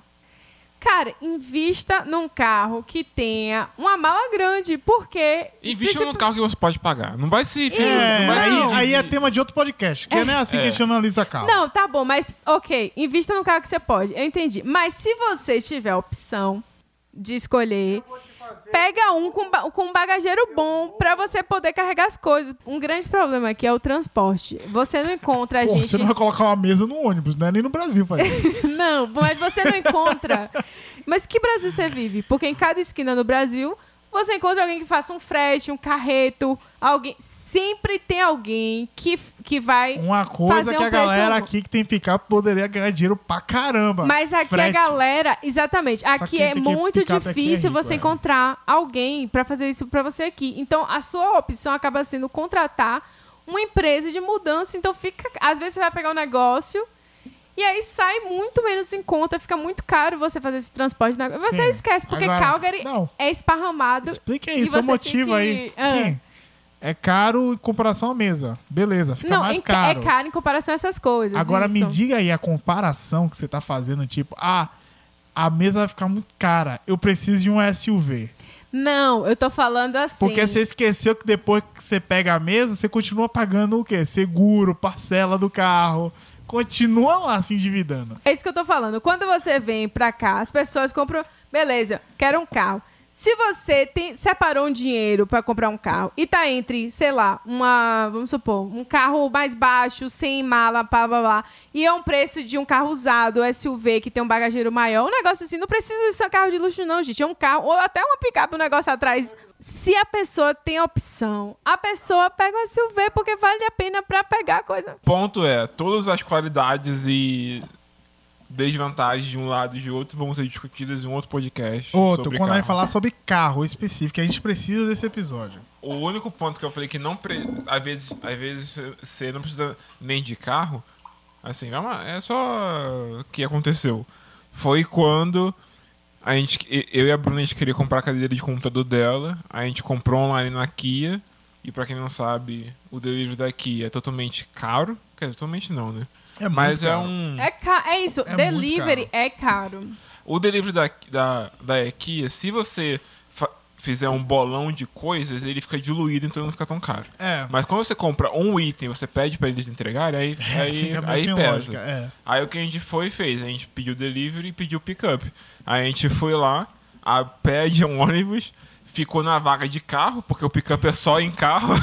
cara, invista num carro que tenha uma mala grande, porque... Invista princip- num carro que você pode pagar. Não vai se... É, não vai se- aí, aí é tema de outro podcast, que não é assim É. que a gente analisa carro. Não, tá bom, mas ok, invista num carro que você pode, eu entendi. Mas se você tiver a opção de escolher, pega um com, ba- com um bagageiro bom pra você poder carregar as coisas. Um grande problema aqui é o transporte. Você não encontra a Pô, gente... você não vai colocar uma mesa no ônibus, né? Nem no Brasil faz isso. Não, mas você não encontra. Mas que Brasil você vive? Porque em cada esquina no Brasil, você encontra alguém que faça um frete, um carreto, alguém. Sempre tem alguém que, que vai. Uma coisa Fazer que um a galera preço- aqui que tem picape poderia ganhar dinheiro pra caramba. Mas aqui Frete. a galera. Exatamente. Aqui quem é tem que muito picape aqui é difícil rico, você é. encontrar alguém pra fazer isso pra você aqui. Então, a sua opção acaba sendo contratar uma empresa de mudança. Então, fica. Às vezes você vai pegar um negócio. E aí sai muito menos em conta, fica muito caro você fazer esse transporte. Na... Você Sim. esquece, porque Agora, Calgary não. é esparramado. Explique E aí, seu você motivo tem aí. que- Ah. Sim. É caro em comparação à mesa. Beleza, fica Não, mais em- caro. é caro em comparação a essas coisas. Agora isso. me diga aí a comparação que você tá fazendo, tipo, ah, a mesa vai ficar muito cara, eu preciso de um S U V. Não, eu tô falando assim. Porque você esqueceu que depois que você pega a mesa, você continua pagando o quê? Seguro, parcela do carro. Continua lá se endividando. É isso que eu tô falando. Quando você vem pra cá, as pessoas compram. Beleza, quero um carro. Se você tem, separou um dinheiro pra comprar um carro e tá entre, sei lá, uma, vamos supor, um carro mais baixo, sem mala, blá, blá, blá, e é um preço de um carro usado, S U V, que tem um bagageiro maior, um negócio assim, não precisa ser um carro de luxo não, gente, é um carro, ou até uma picape, um negócio atrás. Se a pessoa tem a opção, a pessoa pega o S U V porque vale a pena pra pegar a coisa. Ponto é, todas as qualidades e desvantagens de um lado e de outro vão ser discutidas em um outro podcast. Outro, sobre quando a gente carro. falar sobre carro específico, a gente precisa desse episódio. O único ponto que eu falei que não pre... às vezes, às vezes você não precisa nem de carro, assim, é, uma... é só o que aconteceu. Foi quando a gente, eu e a Bruna, a gente queria comprar a cadeira de computador dela, a gente comprou online na Kia, e pra quem não sabe, o delivery da Kia é totalmente caro, quer dizer, totalmente não, né? É muito Mas é caro. um... É, ca... é isso, É delivery muito é caro. O delivery da, da, da Kia, se você fa- fizer um bolão de coisas, ele fica diluído, então não fica tão caro. É, Mas quando você compra um item, você pede pra eles entregarem, aí, aí, fica meio aí sem pesa. lógica, é. Aí o que a gente foi e fez? A gente pediu delivery e pediu pickup. Aí a gente foi lá, a, pede um ônibus, ficou na vaga de carro, porque o pickup é só em carro.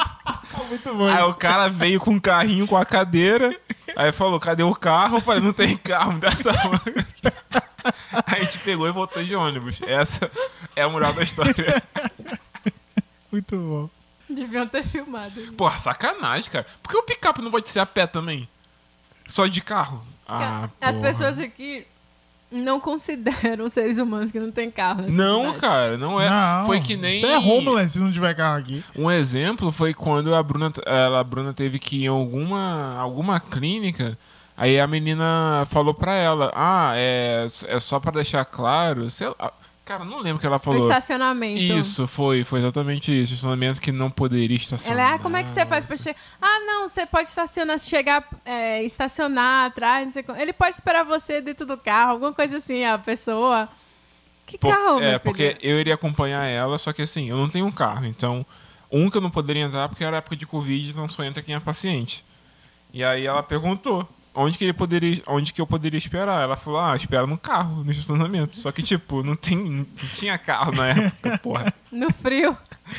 Muito bom Aí o isso. cara veio com um carrinho com a cadeira. Aí falou, cadê o carro? Eu falei, não tem carro dessa vaga. Aí a gente pegou e voltou de ônibus. Essa é a moral da história. Muito bom. Deviam ter filmado. Porra, sacanagem, cara. Por que o picape não pode ser a pé também? Só de carro? Ah, As porra. pessoas aqui não consideram seres humanos que não têm carro nessa Não, cidade. cara, não é. Não, Foi que nem. Você é homeless se não tiver carro aqui. Um exemplo foi quando a Bruna, ela, a Bruna teve que ir em alguma, alguma clínica. Aí a menina falou pra ela: Ah, é, é só pra deixar claro. Sei lá. Cara, não lembro o que ela O falou. estacionamento. Isso, foi, foi exatamente isso. Estacionamento que não poderia estacionar. Ela, ah, como é que você faz pra chegar? Ah, não, você pode estacionar, chegar, é, estacionar atrás, não sei como. Ele pode esperar você dentro do carro, alguma coisa assim, a pessoa. Que Por- carro, É, meu porque filho? eu iria acompanhar ela, só que assim, eu não tenho um carro. Então, um que eu não poderia entrar porque era época de Covid, então só entra quem é paciente. E aí ela perguntou onde que ele poderia, onde que eu poderia esperar. Ela falou, ah, espera no carro, no estacionamento. Só que, tipo, não, tem, não tinha carro na época, porra. No frio.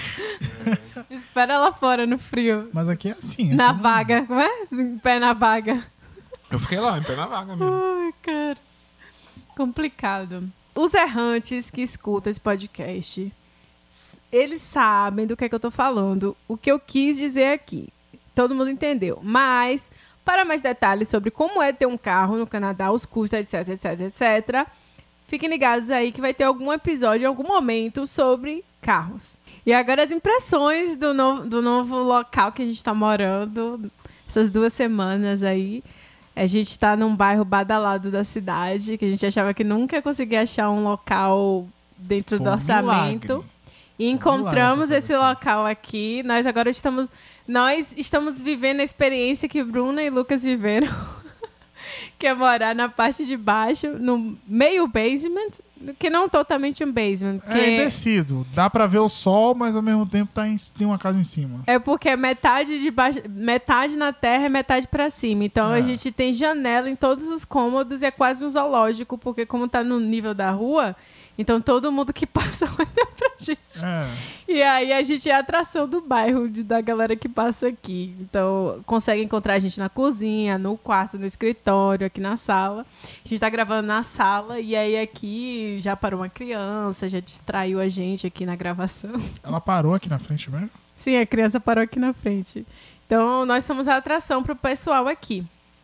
Espera lá fora, no frio. Mas aqui é assim. Na aqui não- vaga, como é? Em pé na vaga. Eu fiquei lá, em pé na vaga mesmo. Ai, cara. Complicado. os errantes que escutam esse podcast, eles sabem do que é que eu tô falando. O que eu quis dizer aqui. Todo mundo entendeu. Mas, para mais detalhes sobre como é ter um carro no Canadá, os custos, etc, etc, etcétera, fiquem ligados aí que vai ter algum episódio em algum momento sobre carros. E agora as impressões do novo, do novo local que a gente está morando, essas duas semanas aí. A gente está num bairro badalado da cidade, que a gente achava que nunca ia conseguir achar um local dentro Foi do um orçamento. milagre. E encontramos milagre esse essa coisa local aqui. Nós agora estamos, nós estamos vivendo a experiência que Bruna e Lucas viveram, que é morar na parte de baixo, no meio basement, que não totalmente um basement. Porque É descido. Dá pra ver o sol, mas ao mesmo tempo tá em, tem uma casa em cima. é porque é metade de baixo, metade na terra e metade pra cima. Então É. a gente tem janela em todos os cômodos e é quase um zoológico, porque como tá no nível da rua, então todo mundo que passa olha pra gente. É. E aí a gente é a atração do bairro, de- da galera que passa aqui. Então consegue encontrar a gente na cozinha, no quarto, no escritório, aqui na sala. A gente tá gravando na sala e aí aqui já parou uma criança, já distraiu a gente aqui na gravação. Ela parou aqui na frente mesmo? Sim, a criança parou aqui na frente. Então, nós somos a atração para o pessoal aqui.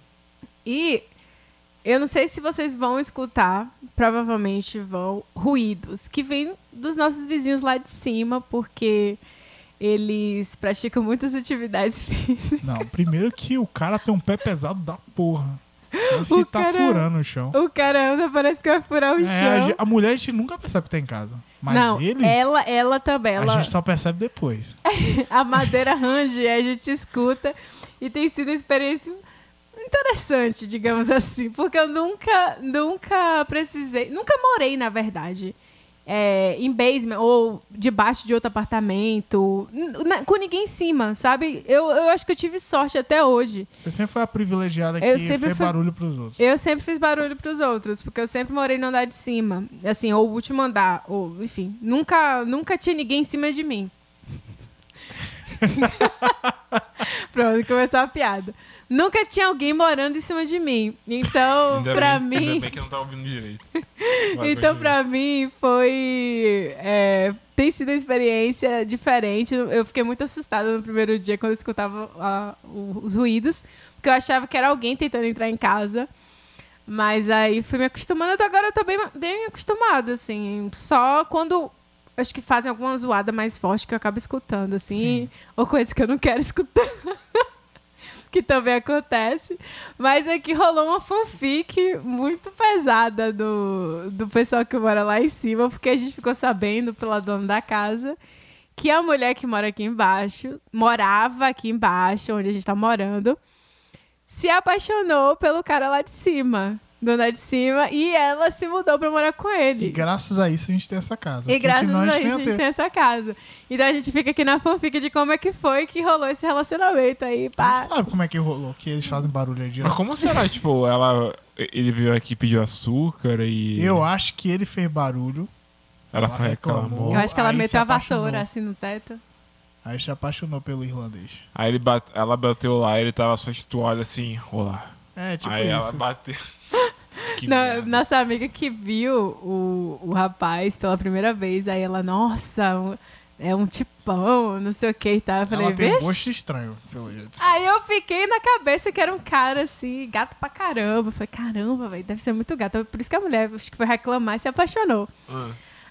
E eu não sei se vocês vão escutar, provavelmente vão, ruídos que vêm dos nossos vizinhos lá de cima, porque eles praticam muitas atividades físicas. Não, primeiro que o cara tem um pé pesado da porra. Parece O que tá cara- furando o chão. O cara anda, parece que vai furar o É, a, chão. ge- a mulher a gente nunca percebe que tá em casa. Mas não, ele, ela, ela também. a Ela, gente só percebe depois. a madeira range, a gente escuta e tem sido uma experiência interessante, digamos assim, porque eu nunca, nunca precisei, nunca morei, na verdade, é, em basement ou debaixo de outro apartamento, n- na- com ninguém em cima, sabe? Eu, eu acho que eu tive sorte até hoje. Você sempre foi a privilegiada que Eu sempre fez fui- barulho pros outros. Eu sempre fiz barulho pros outros, porque eu sempre morei no andar de cima, assim, ou o último andar, ou enfim, nunca, nunca tinha ninguém em cima de mim. Pronto, começou a piada. Nunca tinha alguém morando em cima de mim. Então, Ainda pra bem, mim. Ainda bem que não tá ouvindo direito. Vai, Então, continua. pra mim, foi. é, tem sido uma experiência diferente. Eu fiquei muito assustada no primeiro dia quando eu escutava ah, o- os ruídos, porque eu achava que era alguém tentando entrar em casa. Mas aí fui me acostumando, até agora eu tô bem, bem acostumada, assim. Só quando acho que fazem alguma zoada mais forte que eu acabo escutando, assim. Sim. Ou coisas que eu não quero escutar. Que também acontece. Mas aqui rolou uma fanfic muito pesada do, do pessoal que mora lá em cima, porque a gente ficou sabendo pela dona da casa que a mulher que mora aqui embaixo, morava aqui embaixo, onde a gente tá morando, se apaixonou pelo cara lá de cima, do andar de cima, e ela se mudou pra morar com ele. E graças a isso a gente tem essa casa. E porque graças senão a não isso a ia gente ter. tem essa casa. Então a gente fica aqui na fanfic de como é que foi que rolou esse relacionamento aí. A Pá. gente sabe como é que rolou, que eles fazem barulho aí direto. Mas como será, tipo, ela, ele veio aqui e pediu açúcar e Eu acho que ele fez barulho, ela ela reclamou. reclamou. Eu acho que ela Aí se meteu a apaixonou. vassoura assim no teto. aí se apaixonou pelo irlandês. Aí ele bate- ela bateu lá e ele tava só de toalha assim, olá. É, tipo Aí ela isso. bateu. Que Não, merda. nossa amiga que viu o, o rapaz pela primeira vez, aí ela, nossa, um- é um tipão, não sei o que e tal. Eu falei, Ela tem um "Vixe." gosto estranho, pelo jeito. Aí eu fiquei na cabeça que era um cara assim, gato pra caramba. Eu falei, caramba, velho, deve ser muito gato. Por isso que a mulher, acho que foi reclamar e se apaixonou. Ah.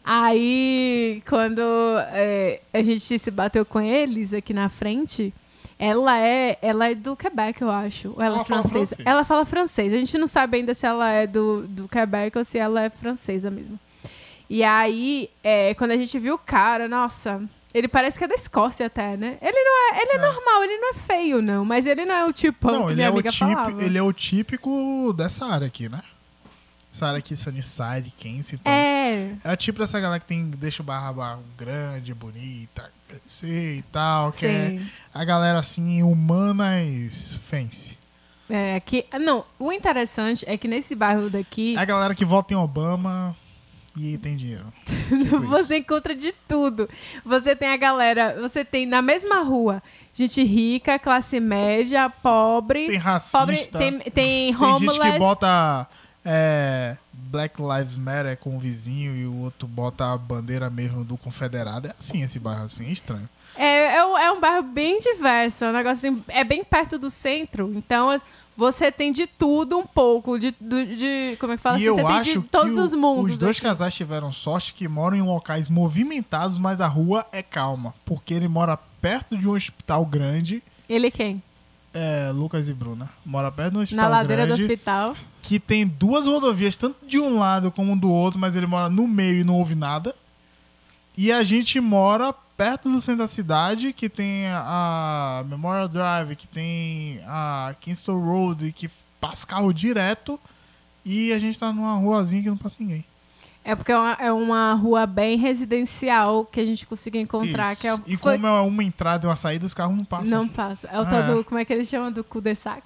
Aí, quando é, a gente se bateu com eles aqui na frente, ela é, ela é do Quebec, eu acho. Ou ela, Ela é fala francesa. francês. Ela fala francês. A gente não sabe ainda se ela é do, do Quebec ou se ela é francesa mesmo. E aí, é, quando a gente viu o cara, nossa, ele parece que é da Escócia até, né? Ele não é, ele é, normal, ele não é feio, não. Mas ele não é o tipão Não, que ele minha é, o amiga típico, falava. ele é o típico dessa área aqui, né? Essa área aqui, Sunnyside, Kensington. É, É o tipo dessa galera que tem, deixa o barra barra grande, bonita, crescer e tal. Que é sim. a galera assim, humanas fancy. É, que, não, o interessante é que nesse bairro daqui... É a galera que vota em Obama e tem dinheiro. Tipo isso. Você encontra de tudo. Você tem a galera, você tem na mesma rua gente rica, classe média, pobre, Tem racista. pobre, tem, tem Tem homeless. gente que bota é, Black Lives Matter com o vizinho e o outro bota a bandeira mesmo do confederado. É assim esse bairro, assim, é estranho. É, é, um- é um bairro bem diverso, é um negócio assim, é bem perto do centro, então as- você tem de tudo um pouco, de, do- de como é que fala? E assim, eu você tem acho de todos que o- os mundos. os dois aqui. casais tiveram sorte que moram em locais movimentados, mas a rua é calma. Porque ele mora perto de um hospital grande. Ele quem? É, Lucas e Bruna. Mora perto de um Na hospital ladeira grande. do hospital. Que tem duas rodovias, tanto de um lado como do outro, mas ele mora no meio e não ouve nada. E a gente mora perto do centro da cidade, que tem a Memorial Drive, que tem a Kingston Road, que passa carro direto. E a gente tá numa ruazinha que não passa ninguém. É porque é uma, é uma rua bem residencial que a gente conseguiu encontrar. Isso. Que é, E foi- como é uma entrada e uma saída, os carros não passam. Não passa. É o Ah, tal do, é. como é que eles chamam? Do cul-de-sac?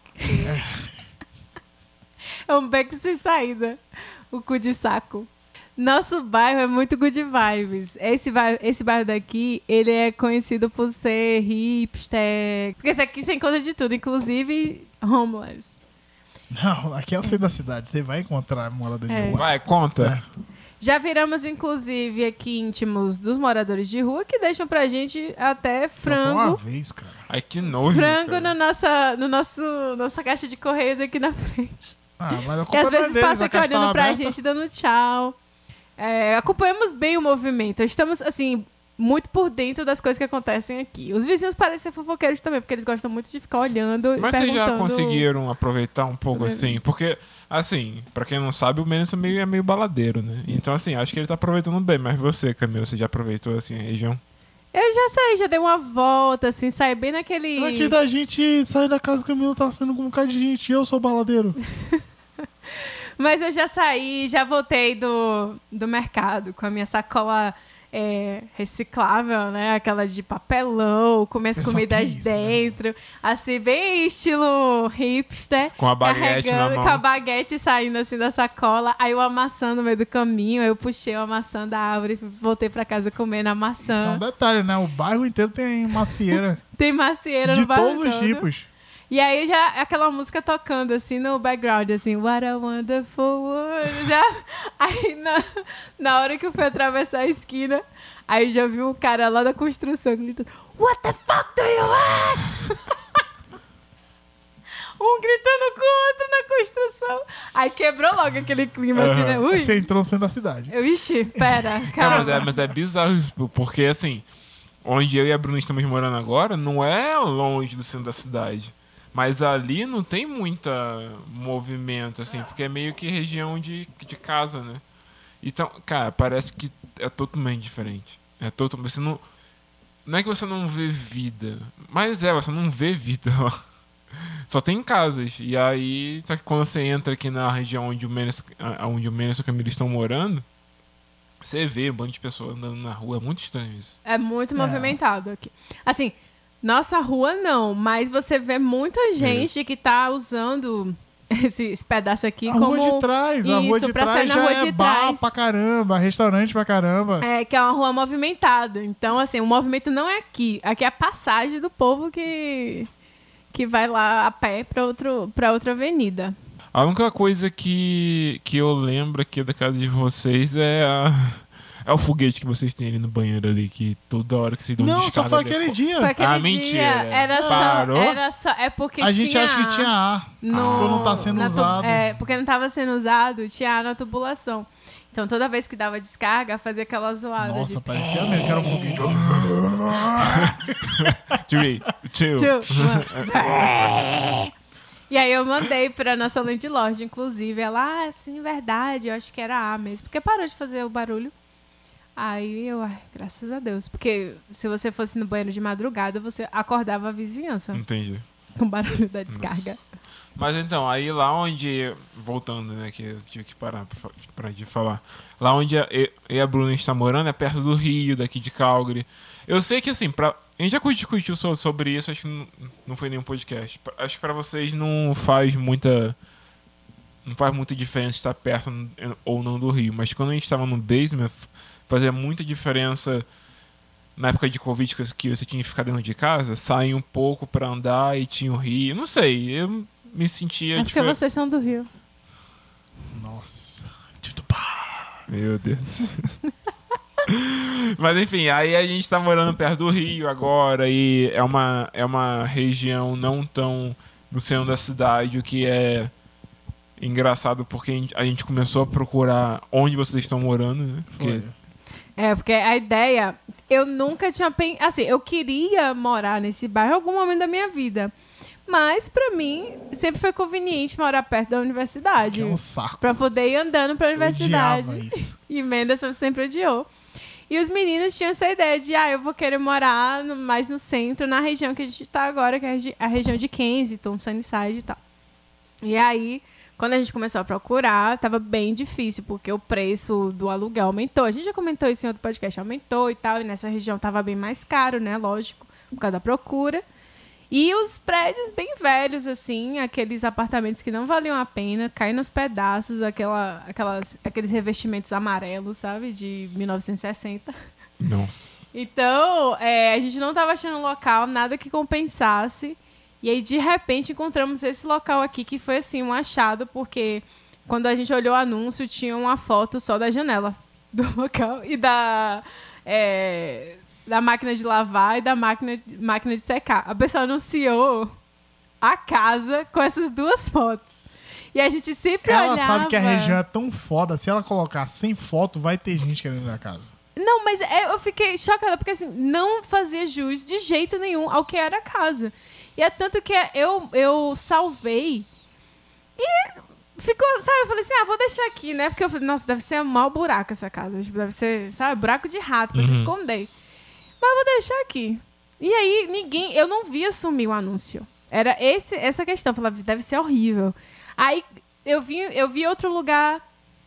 É um beco sem saída. O cu de saco. Nosso bairro é muito good vibes. Esse bairro, esse bairro daqui, ele é conhecido por ser hipster. Porque esse aqui você encontra de tudo, inclusive homeless. Não, aqui é o centro da cidade. Você vai encontrar morador de É. rua. Vai, conta. Certo. Já viramos, inclusive, aqui íntimos dos moradores de rua, que deixam pra gente até Só foi uma frango. vez, cara. Ai, que nojo. Frango cara. na nossa, no nosso, nossa caixa de correios aqui na frente. Ah, mas a Que culpa às não é vezes deles, passa a aqui caixa olhando tava pra aberta. gente, dando tchau. É, acompanhamos bem o movimento. Estamos, assim, muito por dentro das coisas que acontecem aqui. Os vizinhos parecem ser fofoqueiros também, porque eles gostam muito de ficar olhando e Mas vocês já perguntando... conseguiram aproveitar um pouco Sobre- assim? Porque, assim, pra quem não sabe, o Menes é meio, é meio baladeiro, né? Então, assim, acho que ele tá aproveitando bem. Mas você, Camila, você já aproveitou, assim, a região? Eu já saí, já dei uma volta, assim, saí bem naquele... Antes da gente sair da casa, o Camilo tá saindo com um bocado de gente. Eu sou baladeiro. Mas eu já saí, já voltei do, do mercado com a minha sacola é, reciclável, né? Aquela de papelão, com minhas Eu só comidas fiz, né? dentro. Assim, bem estilo hipster. Com a baguete na carregando, mão. com a baguete saindo assim da sacola. Aí eu amassando no meio do caminho. Aí eu puxei uma maçã da árvore e voltei pra casa comendo a Isso é um maçã. detalhe, né? O bairro inteiro tem macieira Tem macieira de no bairro todos os todo. tipos. E aí já aquela música tocando assim no background, assim, What a Wonderful World. Já, aí na, na hora que eu fui atravessar a esquina, aí já vi um cara lá da construção gritando, What the fuck do you want? Um gritando com o outro na construção. Aí quebrou logo aquele clima assim, né? Ui. Você entrou no centro da cidade. Eu, ixi, pera, Não, mas, calma. é, mas é bizarro isso, pô, porque, assim, onde eu e a Bruna estamos morando agora, não é longe do centro da cidade. Mas ali não tem muita movimento, assim, porque é meio que região de, de casa, né? Então, cara, parece que é totalmente diferente. É totalmente. Você não. Não é que você não vê vida, mas é, você não vê vida lá. Só tem casas. E aí, só que quando você entra aqui na região onde o Menes, ah, onde o Menes e o Camilo estão morando, você vê um bando de pessoas andando na rua. É muito estranho isso. É muito É. movimentado aqui. Assim, nossa rua não, mas você vê muita gente que tá usando esse, esse pedaço aqui A como... rua de trás, a rua Isso, de pra sair trás na já rua é de bar trás. pra caramba, restaurante pra caramba. É, que é uma rua movimentada. Então, assim, o movimento não é aqui. Aqui é a passagem do povo que, que vai lá a pé pra, outro, pra outra avenida. A única coisa que, que eu lembro aqui da casa de vocês é a, é o foguete que vocês têm ali no banheiro ali, que toda hora que vocês dão Não, de só escada foi ali- aquele dia. Foi aquele Ah, dia, mentira. era Parou? só, era só... É porque A gente tinha acha que tinha A. no- Tipo, não tá sendo na tu- usado. É, porque não tava sendo usado, tinha ar na tubulação. Então, toda vez que dava descarga, fazia aquela zoada. Nossa, de... parecia mesmo que era um foguete. Three, two. Two, one. E aí eu mandei pra nossa landlord, inclusive. Ela, ah, sim, verdade, eu acho que era A mesmo. Porque parou de fazer o barulho. Aí eu, ai, graças a Deus. Porque se você fosse no banheiro de madrugada, você acordava a vizinhança Entendi. com o barulho da descarga. Mas então, aí lá onde. Voltando, né? Que eu tive que parar pra, fa- pra de falar. Lá onde a, eu e a Bruna está morando é perto do Rio, daqui de Calgary. Eu sei que assim, pra, a gente já discutiu so- sobre isso, acho que não, não foi nenhum podcast. Pra- Acho que pra vocês não faz muita. Não faz muita diferença estar perto n- ou não do Rio. Mas quando a gente estava no basement, f- fazia muita diferença. Na época de Covid, que que você tinha que ficar dentro de casa, sair um pouco pra andar e tinha o Rio. Não sei, eu me sentia É porque difer- vocês são do Rio. Nossa. Meu Deus. Mas enfim, aí a gente tá morando perto do Rio agora e é uma, é uma região não tão no centro da cidade, o que é engraçado porque a gente, a gente começou a procurar onde vocês estão morando, né? Porque... Foi. É, porque a ideia, eu nunca tinha pensado, assim, eu queria morar nesse bairro em algum momento da minha vida, mas pra mim sempre foi conveniente morar perto da universidade, Que é um saco. pra poder ir andando pra Eu universidade. odiava isso. E Menderson sempre odiou. E os meninos tinham essa ideia de, ah, eu vou querer morar no- mais no centro, na região que a gente tá agora, que é a, regi- a região de Kensington, Sunnyside e tal. E aí, quando a gente começou a procurar, tava bem difícil, porque o preço do aluguel aumentou. A gente já comentou isso em outro podcast, aumentou e tal, e nessa região tava bem mais caro, né, lógico, por causa da procura. E os prédios bem velhos, assim, aqueles apartamentos que não valiam a pena, caem nos pedaços, aquela, aquelas, aqueles revestimentos amarelos, sabe, de mil novecentos e sessenta. Nossa. Então, é, a gente não estava achando um local, nada que compensasse. E aí, de repente, encontramos esse local aqui, que foi, assim, um achado, porque quando a gente olhou o anúncio, tinha uma foto só da janela do local e da... é, da máquina de lavar e da máquina, máquina de secar. A pessoa anunciou a casa com essas duas fotos. E a gente sempre Ela olhava... sabe que a região é tão foda, se ela colocar sem foto, vai ter gente querendo ir na casa. Não, mas é, eu fiquei chocada, porque assim, não fazia jus de jeito nenhum ao que era a casa. E é tanto que eu, eu salvei e ficou, sabe, eu falei assim, ah, vou deixar aqui, né? Porque eu falei, nossa, deve ser um mau buraco essa casa. Tipo, deve ser, sabe, buraco de rato pra Uhum. se esconder. Mas eu vou deixar aqui. E aí, ninguém, eu não vi assumir o anúncio. Era esse, essa questão, eu falava, deve ser horrível. Aí eu vi, eu vi outro lugar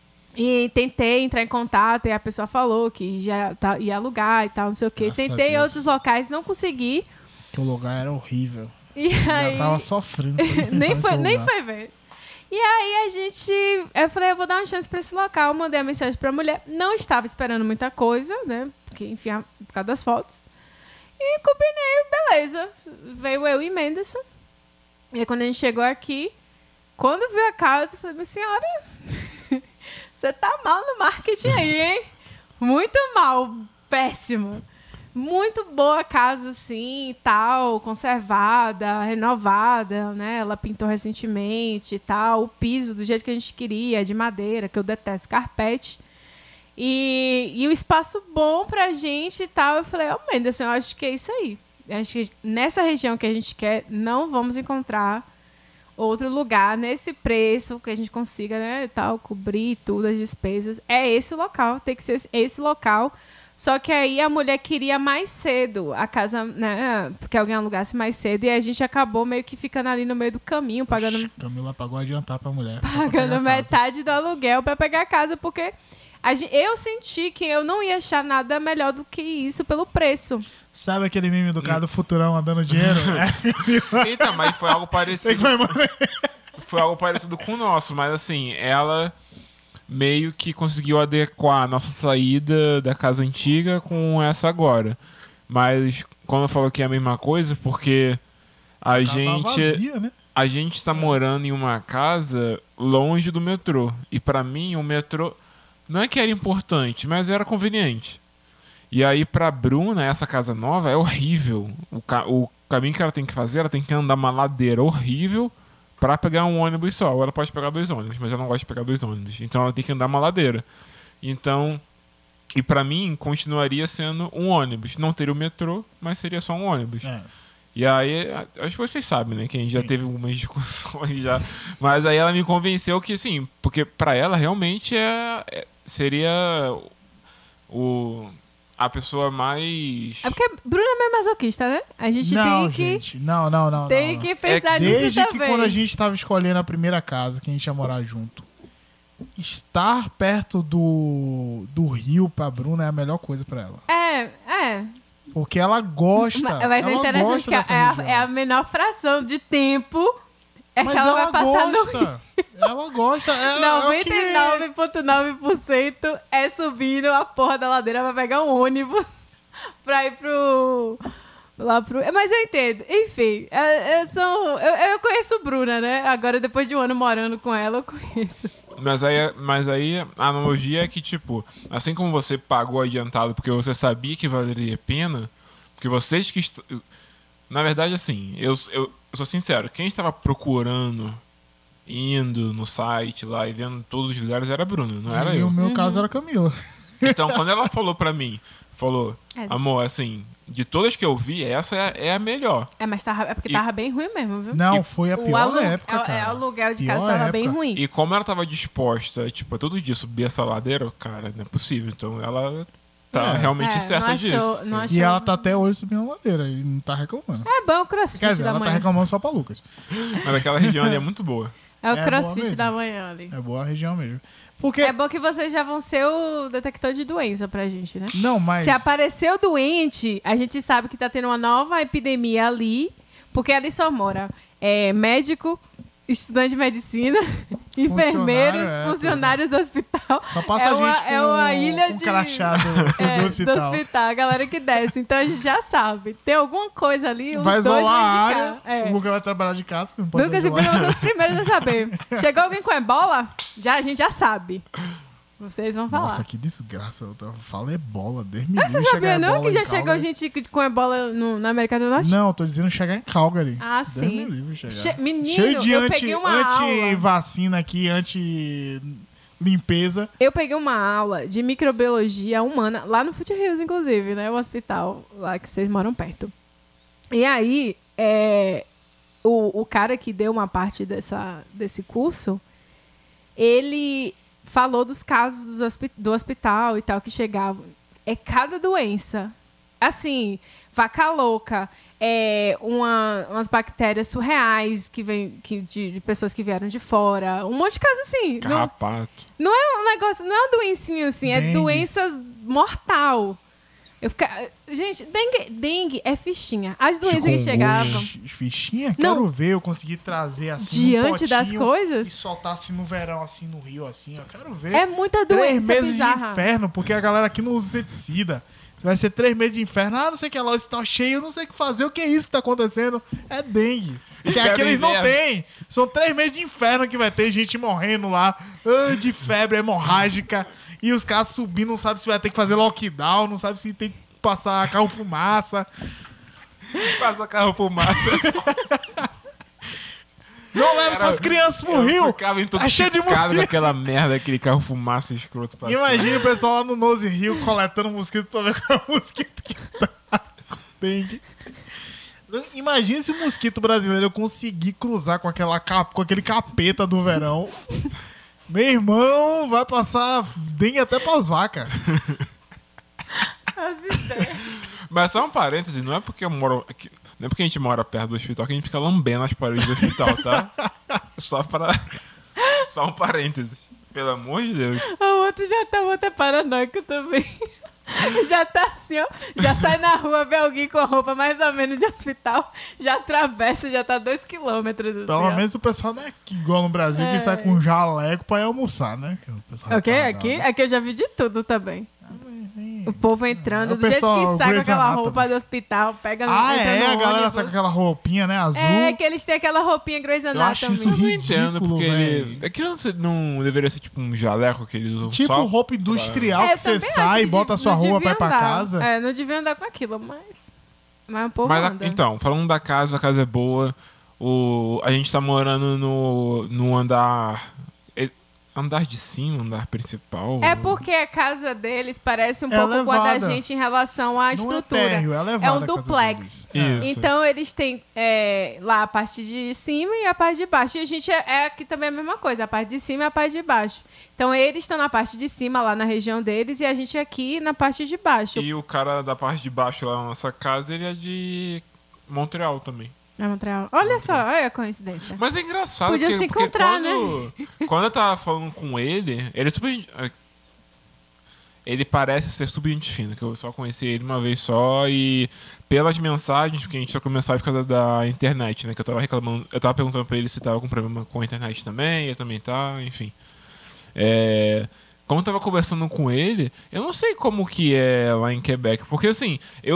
e tentei entrar em contato e a pessoa falou que já tá, ia alugar e tal, não sei o quê. Graças a Tentei Deus. outros locais, não consegui. Que o lugar era horrível. E aí... Já tava sofrendo. só de pensar nem, nesse foi, nem lugar. foi ver. E aí a gente... Eu falei, eu vou dar uma chance pra esse local. Mandei a mensagem pra mulher. Não estava esperando muita coisa, né? Porque, enfim, a- por causa das fotos. E combinei, beleza. Veio eu e Menderson. E aí quando a gente chegou aqui, quando viu a casa, eu falei, minha senhora, você tá mal no marketing aí, hein? Muito mal. Péssimo. Muito boa a casa, assim, e tal, conservada, renovada, né? Ela pintou recentemente e tal. O piso do jeito que a gente queria, de madeira, que eu detesto, carpete. E, e o espaço bom pra gente e tal. Eu falei, ó, oh, Menderson, eu acho que é isso aí. Eu acho que nessa região que a gente quer, não vamos encontrar outro lugar nesse preço que a gente consiga, né, e tal, cobrir tudo, as despesas. É esse o local, tem que ser esse local. Só que aí a mulher queria mais cedo a casa, né? Que alguém alugasse mais cedo. E a gente acabou meio que ficando ali no meio do caminho, pagando, Oxi, Camila pagou adiantar pra mulher. só pra pegar pagando a casa. metade do aluguel para pegar a casa, porque a gen- eu senti que eu não ia achar nada melhor do que isso pelo preço. Sabe aquele meme do cara do Futurão andando dinheiro? É. Então, mas foi algo Tem que parecido. vai, mano. Foi algo parecido com o nosso, mas assim, ela meio que conseguiu adequar a nossa saída da casa antiga com essa agora. Mas quando eu falo que é a mesma coisa, porque a casa tava gente vazia, né? a gente está morando em uma casa longe do metrô. E pra mim o metrô não é que era importante, mas era conveniente. E aí pra Bruna, essa casa nova é horrível. O, ca- o caminho que ela tem que fazer, ela tem que andar uma ladeira horrível pra pegar um ônibus só. Ou ela pode pegar dois ônibus, mas ela não gosta de pegar dois ônibus. Então ela tem que andar uma ladeira. Então, e pra mim continuaria sendo um ônibus. Não teria o metrô, mas seria só um ônibus. É. E aí, a- acho que vocês sabem, né? Que a gente já Sim. teve algumas discussões já. Mas aí ela me convenceu que, assim, porque pra ela realmente é, é- seria o, a pessoa mais. É porque Bruna é meio masoquista, né? A gente Não, tem que, gente. Não, não, não. tem não, que pensar nisso Desde que também. quando a gente tava escolhendo a primeira casa que a gente ia morar junto, estar perto do, do rio pra Bruna é a melhor coisa pra ela. É, é. Porque ela gosta. Mas, mas é ela interessante gosta que é dessa a, região. é a menor fração de tempo é Mas que ela, vai passar no gosta. Ela gosta. É, noventa e é o nove vírgula nove por cento é subindo a porra da ladeira pra pegar um ônibus pra ir pro, Lá pro... Mas eu entendo. Enfim, é, é, são... eu, eu conheço Bruna, né? Agora, depois de um ano morando com ela, eu conheço. Mas aí, mas aí a analogia é que, tipo, assim como você pagou adiantado porque você sabia que valeria a pena, porque vocês que... Est... Na verdade, assim, eu, eu, eu sou sincero, quem estava procurando, indo no site lá e vendo todos os lugares era a Bruna, não era e eu. o meu Uhum. caso era a Camila. Então, quando ela falou pra mim, falou, É. amor, assim, de todas que eu vi, essa é, é a melhor. É, mas tava... é porque E- tava bem ruim mesmo, viu? Não, E- foi a o pior alu... época, é, cara. é, o aluguel de Pior casa tava bem época. ruim. E como ela tava disposta, tipo, a todo dia subir essa ladeira, cara, não é possível. Então ela tá É. realmente É, certa não achou- disso. não achou- E ela tá até hoje subindo a ladeira e não tá reclamando. É bom o crossfit Quer dizer, da ela tá manhã. reclamando só pra Lucas. Mas aquela região ali é muito boa. É o É boa crossfit mesmo. da manhã ali. É boa a região mesmo. Porque... É bom que vocês já vão ser o detector de doença pra gente, né? Não, mas... Se apareceu doente, a gente sabe que tá tendo uma nova epidemia ali, porque ali só mora é, médico, estudante de medicina, enfermeiros, é, funcionários do hospital. Só passa é a uma- gente com, é uma ilha com de- crachá do, É, do hospital. do hospital, a galera que desce. Então a gente já sabe. Tem alguma coisa ali, os Vai dois isolar a vão área, indicar. É. o Lucas vai trabalhar de casa, não pode Lucas e isolar. Bruna vão ser os primeiros a saber. Chegou alguém com ebola? Já, a gente já sabe. Vocês vão falar. Nossa, que desgraça. Eu tô- falo é bola, Deus me Mas você livre chegar sabia não ebola que já em chegou Calgary. gente com ebola no- na América do Norte? Não, eu tô dizendo chegar em Calgary. Ah, Deus sim. me livre chegar. Che- Menino, Cheio de eu anti, peguei uma aula. anti-vacina aqui, anti-limpeza. Eu peguei uma aula de microbiologia humana lá no Foot Hills, inclusive, né? O hospital lá que vocês moram perto. E aí, é, o, o cara que deu uma parte dessa, desse curso, ele falou dos casos dos hospi- do hospital e tal que chegavam. É cada doença. Assim, vaca louca, é, uma, umas bactérias surreais que vem, que, de, de pessoas que vieram de fora. Um monte de casos assim. Não, Carrapato. não é um negócio, não é uma doencinha assim, é Dengue. doenças mortal. Eu fica... Gente, dengue, dengue é fichinha. As doenças que chegavam Fichinha, fichinha? Não. Quero ver eu conseguir trazer assim diante um das potinho coisas e soltar assim no verão, assim no rio, assim. Eu quero ver. é muita Três doença meses de bizarra. inferno, porque a galera aqui não usa inseticida. Vai ser três meses de inferno. Ah, não sei o que lá, isso tá cheio, eu não sei o que fazer. O que é isso que tá acontecendo? É dengue. Que febre aqui eles não inverno. têm. São três meses de inferno que vai ter gente morrendo lá, ah, de febre hemorrágica. E os caras subindo, não sabe se vai ter que fazer lockdown, não sabe se tem que passar carro fumaça. Passa carro pro mato. Não leva Cara, suas crianças pro Eu rio. ficava Tá cheio de intoxicado mosquito. daquela merda, aquele carro fumaça escroto pra Imagina o pessoal lá no Nose Rio coletando mosquito pra ver qual é o mosquito que tá com dengue. Imagina se o mosquito brasileiro conseguir cruzar com, aquela cap- com aquele capeta do verão. Meu irmão, vai passar dengue até pras vacas. As ideias. Mas só um parêntese, não é porque eu moro aqui, não é porque a gente mora perto do hospital que a gente fica lambendo as paredes do hospital, tá? Só para só um parêntese. Pelo amor de Deus. O outro já tá muito paranoico também. Já tá assim, ó. Já sai na rua, vê alguém com a roupa mais ou menos de hospital, já atravessa, já tá dois quilômetros assim. Pelo ó. menos o pessoal não é aqui, igual no Brasil, É. que sai com um jaleco pra ir almoçar, né? Que o pessoal Ok, retardado. aqui, aqui eu já vi de tudo também. O povo entrando, É o do jeito pessoal, que sai com Grey's aquela Anatomy. roupa do hospital, pega no Ah, entra é? no A galera ônibus. sai com aquela roupinha, né? Azul. É, que eles têm aquela roupinha Grey's Eu acho Anatomy. isso Eu não ridículo, entendo, porque ele. véi. Aquilo não, não deveria ser tipo um jaleco que eles usam Tipo só. roupa industrial É, que eu você também acho sai, que bota a de- sua não roupa devia pra ir pra andar. casa. É, não devia andar com aquilo, mas... Mas o povo Mas a- anda. então, falando da casa, a casa é boa. O, a gente tá morando no, no andar. ele- Andar de cima, andar principal. É porque a casa deles parece um É pouco com a da elevada. gente em relação à Não é estrutura. térreo, é elevada É um a casa duplex. deles. É. Isso. Então eles têm é, lá a parte de cima e a parte de baixo. E a gente é, é aqui também a mesma coisa, a parte de cima e a parte de baixo. Então eles estão na parte de cima, lá na região deles, e a gente aqui na parte de baixo. E o cara da parte de baixo lá na nossa casa, ele é de Montreal também. É Montreal. Olha só, olha a coincidência. Mas é engraçado Podia porque, se porque encontrar, quando, quando eu tava falando com ele, ele é super. Ele parece ser super gente fina, que eu só conheci ele uma vez só e pelas mensagens, porque a gente trocou mensagem por causa da internet, né? Que eu tava reclamando, eu tava perguntando pra ele se tava com problema com a internet também, eu também tá, enfim. É, como eu tava conversando com ele, eu não sei como que é lá em Quebec, porque assim, eu se-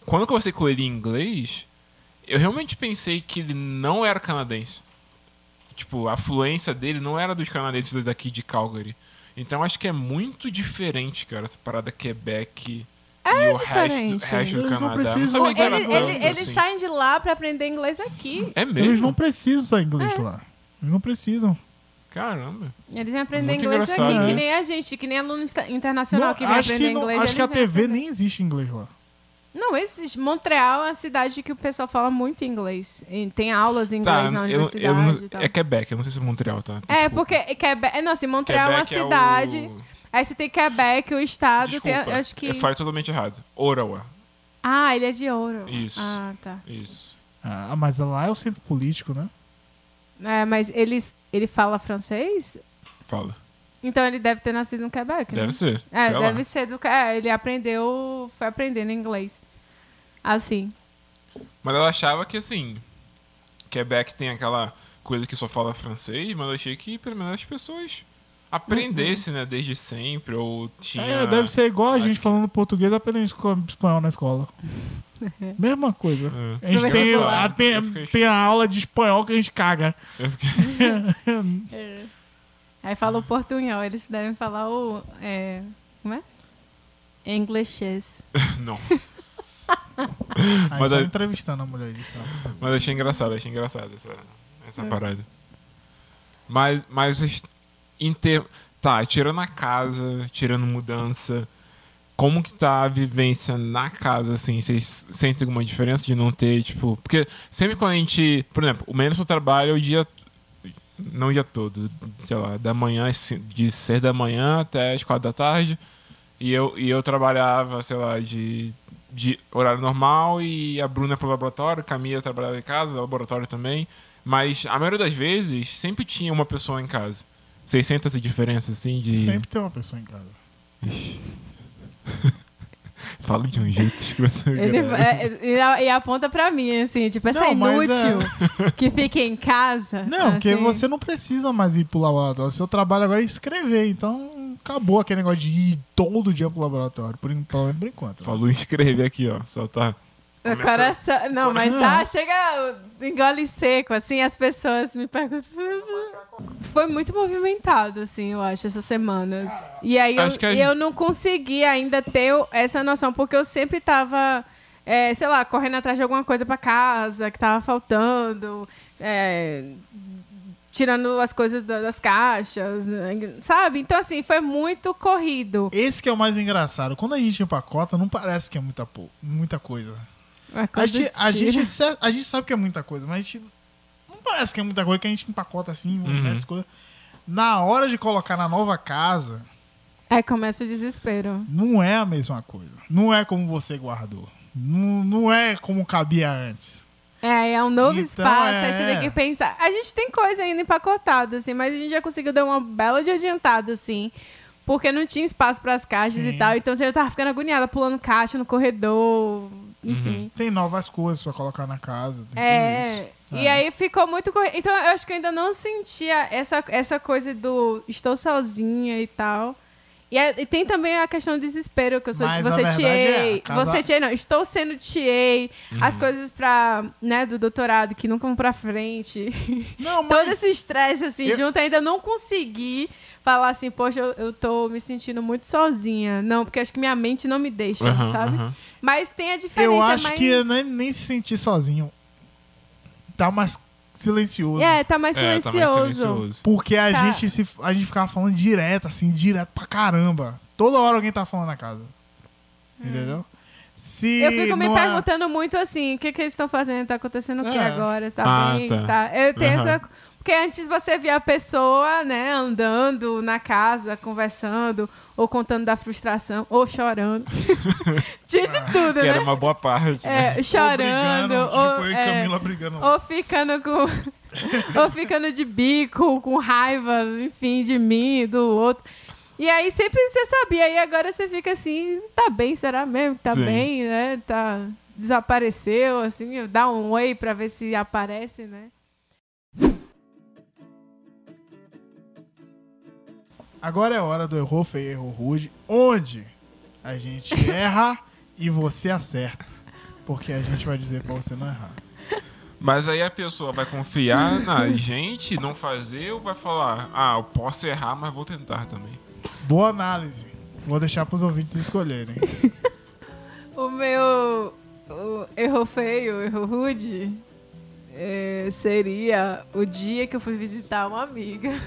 quando eu conversei com ele em inglês, eu realmente pensei que ele não era canadense. Tipo, a fluência dele não era dos canadenses daqui de Calgary. Então acho que é muito diferente, cara, essa parada Quebec É e o resto, diferente. resto do Eles não Canadá. precisam- Não sabia que era Ele, tanto, ele, eles assim. saem de lá pra aprender inglês aqui. É Eles mesmo? não precisam usar inglês É. lá. Eles não precisam. Caramba. Eles vêm aprender Muito inglês engraçado aqui, que isso. nem a gente, que nem aluno insta- internacional Não, que vem acho aprender que, não- inglês. acho que a eles vêm T V aprender. nem existe inglês lá. Não, existe. Montreal é uma cidade que o pessoal fala muito inglês. E tem aulas em inglês Tá, na eu, universidade eu não- e tal. é Quebec, eu não sei se é Montreal, tá? É, Desculpa. porque Quebec... é, Não, assim, Montreal Quebec é uma cidade. É o... Aí você tem Quebec, o estado. Tem, Desculpa, eu acho que... eu falei totalmente errado. Ottawa. Ah, ele é de ouro. Isso. Ah, tá. Isso. Ah, mas lá é o centro político, né? É, mas ele, ele fala francês? Fala. Então ele deve ter nascido no Quebec, né? Deve ser. É, sei deve lá. ser do... É, ele aprendeu... Foi aprendendo inglês. Assim. Mas eu achava que, assim, Quebec tem aquela coisa que só fala francês, mas eu achei que pelo menos as pessoas aprendessem, né, desde sempre, ou tinha... É, deve ser igual a acho gente que- falando português aprendendo esco- espanhol na escola. Mesma coisa. É. A gente tem, Engraçado. a, tem, Eu fiquei- tem a aula de espanhol que a gente caga. Eu fiquei- Aí fala o portunhol, eles devem falar o... É, como é? Englishes. Não. Aí Mas só aí- entrevistando a mulher disso. Mas eu achei engraçado, achei engraçado essa, essa Hum. parada. Mas, mas em ter... Tá, tirando a casa, tirando mudança, como que tá a vivência na casa, assim? Vocês sentem alguma diferença de não ter, tipo... Porque sempre quando a gente... Por exemplo, o menos eu trabalho o dia... Não o dia todo, sei lá, da manhã, de seis da manhã até as quatro da tarde. E eu, e eu trabalhava, sei lá, de, de horário normal e a Bruna pro laboratório, a Camila trabalhava em casa, no laboratório também. Mas a maioria das vezes sempre tinha uma pessoa em casa. Vocês sentem essa diferença, assim, de... Sempre tem uma pessoa em casa. Falo de um jeito escroto. Ele, é, e, a- e aponta pra mim, assim, tipo, essa Não, mas inútil que fica em casa. Não, porque assim. você não precisa mais ir pro laboratório. Seu trabalho agora é escrever. Então, acabou aquele negócio de ir todo dia pro laboratório. Por, pelo menos por enquanto. né? Falou em escrever aqui, ó. Só tá... O Começa- coração. Não, mas tá, chega, engole seco, assim, as pessoas me perguntam. Foi muito movimentado, assim, eu acho, essas semanas. E aí eu, Acho que a e gente- eu não consegui ainda ter o- essa noção, porque eu sempre tava, é, sei lá, correndo atrás de alguma coisa pra casa que tava faltando, é, tirando as coisas da- das caixas, né, sabe? Então, assim, foi muito corrido. Esse que é o mais engraçado. Quando a gente empacota, não parece que é muita, pou- muita coisa. Uma A coisa gente, a, tira. gente, sa- a gente sabe que é muita coisa, mas a gente não parece que é muita coisa que a gente empacota assim, Uhum. né, as coisas. Na hora de colocar na nova casa, Aí começa o desespero. não é a mesma coisa. Não é como você guardou. Não, não é como cabia antes. É, é um novo Então, espaço, aí você é. tem que pensar. A gente tem coisa ainda empacotada, assim, mas a gente já conseguiu dar uma bela de adiantada, assim. Porque não tinha espaço para as caixas Sim. e tal. Então eu tava ficando agoniada, pulando caixa no corredor, enfim. Tem novas coisas pra colocar na casa. Tem tudo É, isso. e É. aí ficou muito corrido. Então eu acho que eu ainda não sentia essa, essa coisa do estou sozinha e tal. E, é- e tem também a questão do desespero, que eu sou Mas você a verdade é, T A. a casa- Você T A, não, estou sendo T A. Uhum. As coisas pra, né, do doutorado que nunca vão pra frente. Não, mas Todo esse estresse, assim, eu- junto, ainda não consegui falar assim, poxa, eu, eu tô me sentindo muito sozinha. Não, porque acho que minha mente não me deixa, Aham, sabe? aham. Mas tem a diferença, eu acho mais... que é nem, nem se sentir sozinho. Tá mais silencioso. É, tá mais É, tá mais silencioso. silencioso. Porque a, Tá. gente se, a gente ficava falando direto, assim, direto pra caramba. Toda hora alguém tá falando na casa. Entendeu? Se Eu fico me não é- perguntando muito assim, o que, que eles estão fazendo? Tá acontecendo o que É. agora? Tá Ah, bem? tá. Tá. Eu tenho Aham. essa... Porque antes você via a pessoa, né, andando na casa, conversando, ou contando da frustração, ou chorando. Tinha de tudo, Que né? era uma boa parte. né? É, chorando, Ou brigando, ou, tipo, eu e é, Camila brigando lá. ou ficando com... ou ficando de bico, com raiva, enfim, de mim, do outro. E aí sempre você sabia, e agora você fica assim, tá bem, será mesmo que tá Sim. bem, né? Tá, desapareceu, assim, dá um oi pra ver se aparece, né? Agora é hora do errou feio, errou rude, onde a gente erra e você acerta. porque a gente vai dizer pra você não errar. Mas aí a pessoa vai confiar na gente, não fazer, ou vai falar, ah, eu posso errar, mas vou tentar também. Boa análise. Vou deixar pros ouvintes escolherem. O meu o erro feio, erro rude, é, seria o dia que eu fui visitar uma amiga.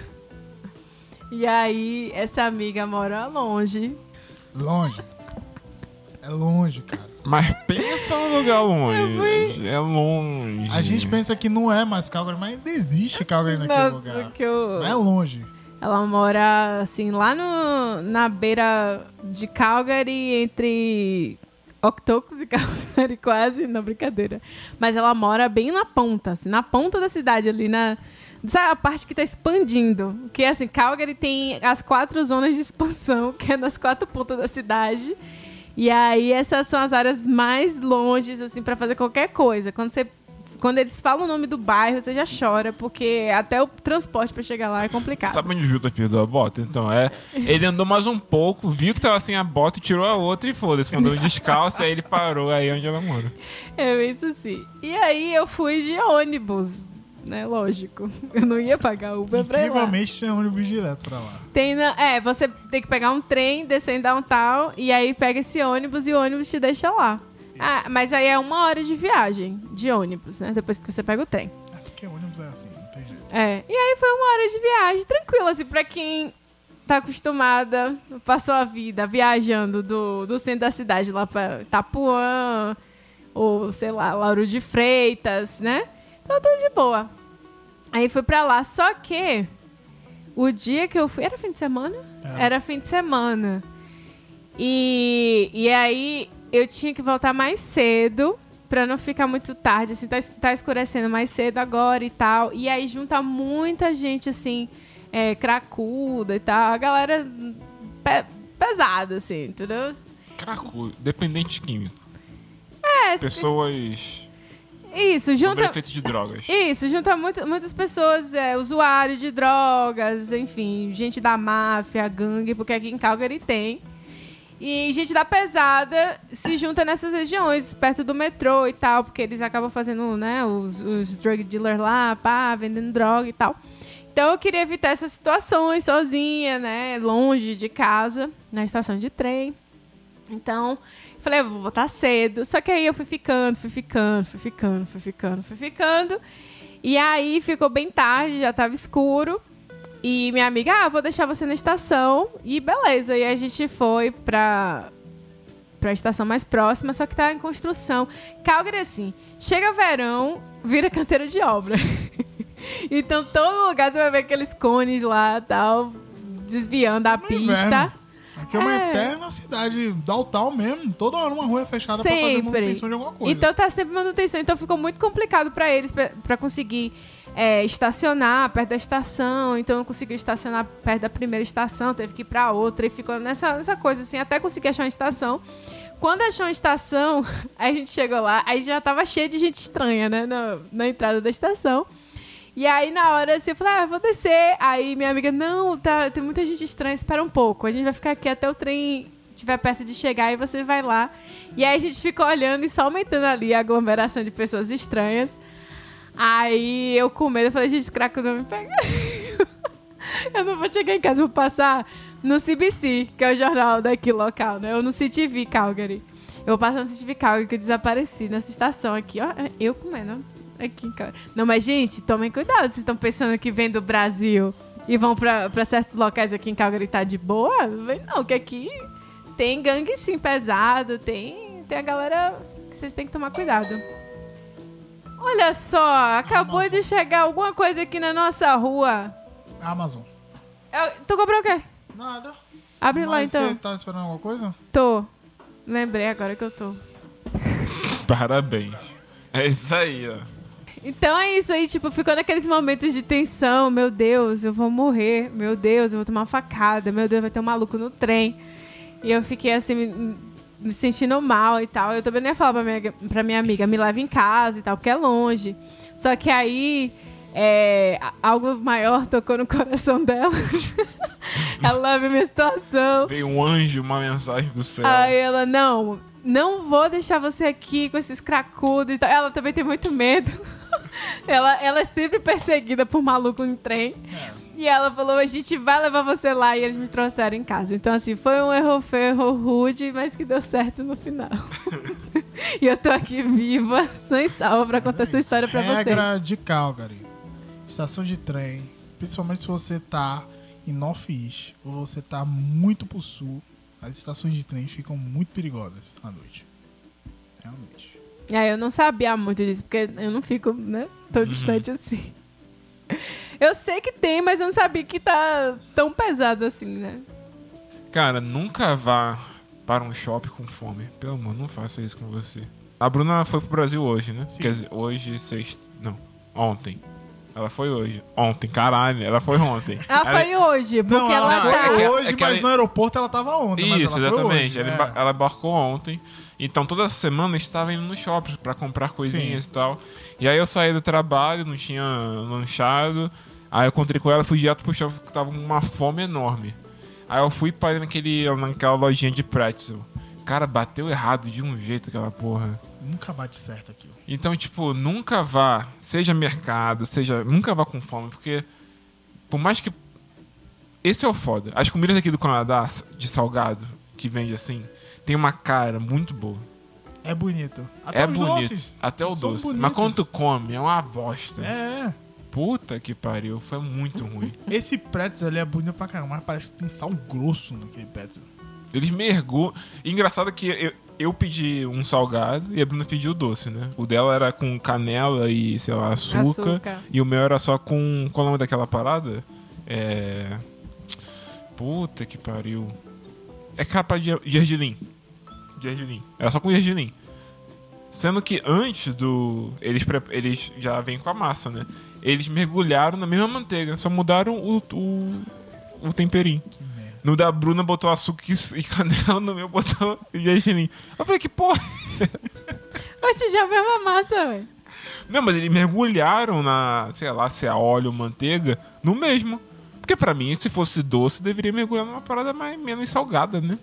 E aí, essa amiga mora longe. Longe. É longe, cara. Mas pensa num lugar longe. fui- É longe. A gente pensa que não é mais Calgary, mas ainda existe Calgary naquele Nossa, lugar. que eu... Mas é longe. Ela mora, assim, lá no, na beira de Calgary, entre Okotoks e Calgary, quase, não, brincadeira. Mas ela mora bem na ponta, assim, na ponta da cidade, ali na... Sabe a parte que tá expandindo? Que, assim, Calgary tem as quatro zonas de expansão, que é nas quatro pontas da cidade. E aí, essas são as áreas mais longes, assim, pra fazer qualquer coisa. Quando você... Quando eles falam o nome do bairro, você já chora, porque até o transporte pra chegar lá é complicado. Sabe onde o Vitor perdeu a bota? Então, é. Ele andou mais um pouco, viu que tava sem a bota e tirou a outra e foda-se. Andou descalço, aí ele parou aí onde ela mora. É isso assim. E aí eu fui de ônibus, né? Lógico. Eu não ia pagar Uber pra ir lá. Incrivelmente tem ônibus direto pra lá. Tem na- é, você tem que pegar um trem, descer em downtown, e aí pega esse ônibus e o ônibus te deixa lá. Ah, mas aí é uma hora de viagem de ônibus, né? Depois que você pega o trem. É porque ônibus é assim, não tem jeito. É, e aí foi uma hora de viagem, tranquilo, assim, pra quem tá acostumada, passou a vida viajando do, do centro da cidade lá pra Itapuã, ou, sei lá, Lauro de Freitas, né? Então, tudo de boa. Aí fui pra lá, só que o dia que eu fui... Era fim de semana? É. Era fim de semana. E, e aí eu tinha que voltar mais cedo pra não ficar muito tarde, assim, tá, es- tá escurecendo mais cedo agora e tal. E aí junta muita gente, assim, é, cracuda e tal. A galera pe- pesada, assim, entendeu? Cracudo, dependente químico. É, Pessoas isso, sob junta... efeito de drogas. Isso, junta muito, muitas pessoas, é, usuários de drogas, enfim, gente da máfia, gangue, porque aqui em Calgary tem. E gente da pesada se junta nessas regiões, perto do metrô e tal, porque eles acabam fazendo, né, os, os drug dealers lá, pá, vendendo droga e tal. Então eu queria evitar essas situações sozinha, né, longe de casa, na estação de trem. Então, falei, eu vou voltar cedo. Só que aí eu fui ficando, fui ficando, fui ficando, fui ficando, fui ficando. E aí ficou bem tarde, já tava escuro. E minha amiga, ah, vou deixar você na estação. E beleza. E a gente foi pra, pra estação mais próxima, só que tá em construção. Calgary, assim, chega verão, vira canteiro de obra. Então, todo lugar você vai ver aqueles cones lá, tal, desviando a No pista. inverno. Aqui é uma É. eterna cidade, downtown mesmo. Toda hora uma rua é fechada pra fazer Sempre. manutenção de alguma coisa. Então tá sempre manutenção. Então ficou muito complicado pra eles pra, pra conseguir é, estacionar perto da estação. Então não conseguiu estacionar perto da primeira estação, teve que ir pra outra e ficou nessa, nessa coisa assim, até conseguir achar uma estação. Quando achou uma estação, a gente chegou lá, aí já tava cheio de gente estranha, né, na, na entrada da estação. E aí, na hora, assim, eu falei, ah, vou descer. Aí minha amiga, não, tá, tem muita gente estranha, espera um pouco. A gente vai ficar aqui até o trem estiver perto de chegar e você vai lá. E aí a gente ficou olhando e só aumentando ali a aglomeração de pessoas estranhas. Aí eu com medo, eu falei, gente, esse craco não me pega. Eu não vou chegar em casa, vou passar no C B C, que é o jornal daqui local, né? Ou no C T V Calgary. Eu vou passar no C T V Calgary, que eu desapareci nessa estação aqui, ó. Eu comendo aqui em Calgary. Não, mas, gente, tomem cuidado. Vocês estão pensando que vem do Brasil e vão pra, pra certos locais aqui em Calgary e tá de boa? Não vem não, que aqui tem gangue sim pesado, tem, tem a galera que vocês têm que tomar cuidado. Olha só, acabou Amazon. de chegar alguma coisa aqui na nossa rua. Amazon. Eu- tu comprou o quê? Nada. Abre lá Mas então. você tá esperando alguma coisa? Tô. Lembrei agora que eu tô. Parabéns. É isso aí, ó. Então é isso aí, tipo, ficou naqueles momentos de tensão. Meu Deus, eu vou morrer. Meu Deus, eu vou tomar uma facada. Meu Deus, vai ter um maluco no trem. E eu fiquei assim, me, me sentindo mal e tal. Eu também não ia falar pra minha, pra minha amiga, me leva em casa e tal, porque é longe. Só que aí, é, a- algo maior tocou no coração dela. Ela viu minha situação. Veio um anjo, uma mensagem do céu. Aí ela, não, não vou deixar você aqui com esses cracudos. e tal. Ela também tem muito medo. ela, ela é sempre perseguida por maluco em trem. É. E ela falou, a gente vai levar você lá, e eles me trouxeram em casa. Então, assim, foi um erro feio, erro rude, mas que deu certo no final. E eu tô aqui viva, sã e salva, pra contar É essa isso. história pra você. Regra de Calgary. Estação de trem, principalmente se você tá em Northeast ou você tá muito pro sul, as estações de trem ficam muito perigosas à noite. Realmente. É, eu não sabia muito disso, porque eu não fico, né, tão Uhum. distante assim. Eu sei que tem, mas eu não sabia que tá tão pesado assim, né? Cara, nunca vá para um shopping com fome. Pelo amor, não faça isso com você. A Bruna foi pro Brasil hoje, né? Sim. Quer dizer, hoje, sexta... Não, ontem. Ela foi hoje. Ontem, caralho, ela foi ontem. Ela foi hoje, porque Não, ela, ela, foi tá... é que- hoje, é que mas ela- no aeroporto ela tava ontem. mas Isso, ela foi exatamente. hoje, Ela, é. emba- ela embarcou ontem. Então toda semana eu estava indo no shopping pra comprar coisinhas Sim. e tal. E aí eu saí do trabalho, não tinha lanchado. Aí eu encontrei com ela, fui direto pro shopping que tava com uma fome enorme. Aí eu fui e parei naquele, naquela lojinha de pretzel. Cara, bateu errado de um jeito aquela porra. Nunca bate certo aquilo. Então, tipo, nunca vá, seja mercado, seja. Nunca vá com fome, porque. Por mais que. Esse é o foda. As comidas aqui do Canadá, de salgado, que vende assim, tem uma cara muito boa. É bonito. Até é os bonito. doces Até o são doce. bonitos. Mas quando tu come, é uma bosta. É, Puta que pariu, foi muito ruim. esse pretzel ali é bonito pra caramba, mas parece que tem sal grosso naquele pretzel. Eles mergulham. Engraçado que eu, eu pedi um salgado e a Bruna pediu doce, né? O dela era com canela e, sei lá, açúcar. Açúcar. E o meu era só com. Qual é o nome daquela parada? É. Puta que pariu. É capa de gergelim. Gergelim. Era só com gergelim. Sendo que antes do. Eles, pre- eles já vêm com a massa, né? Eles mergulharam na mesma manteiga, só mudaram o, o, o temperinho. Que merda. No da Bruna botou açúcar e canela, no meu botou gergelim. Eu falei, que porra. Oxe, já veio uma massa, velho. Não, mas eles mergulharam na, sei lá, se é óleo ou manteiga, no mesmo. Porque pra mim, se fosse doce, deveria mergulhar numa parada mais, menos salgada, né?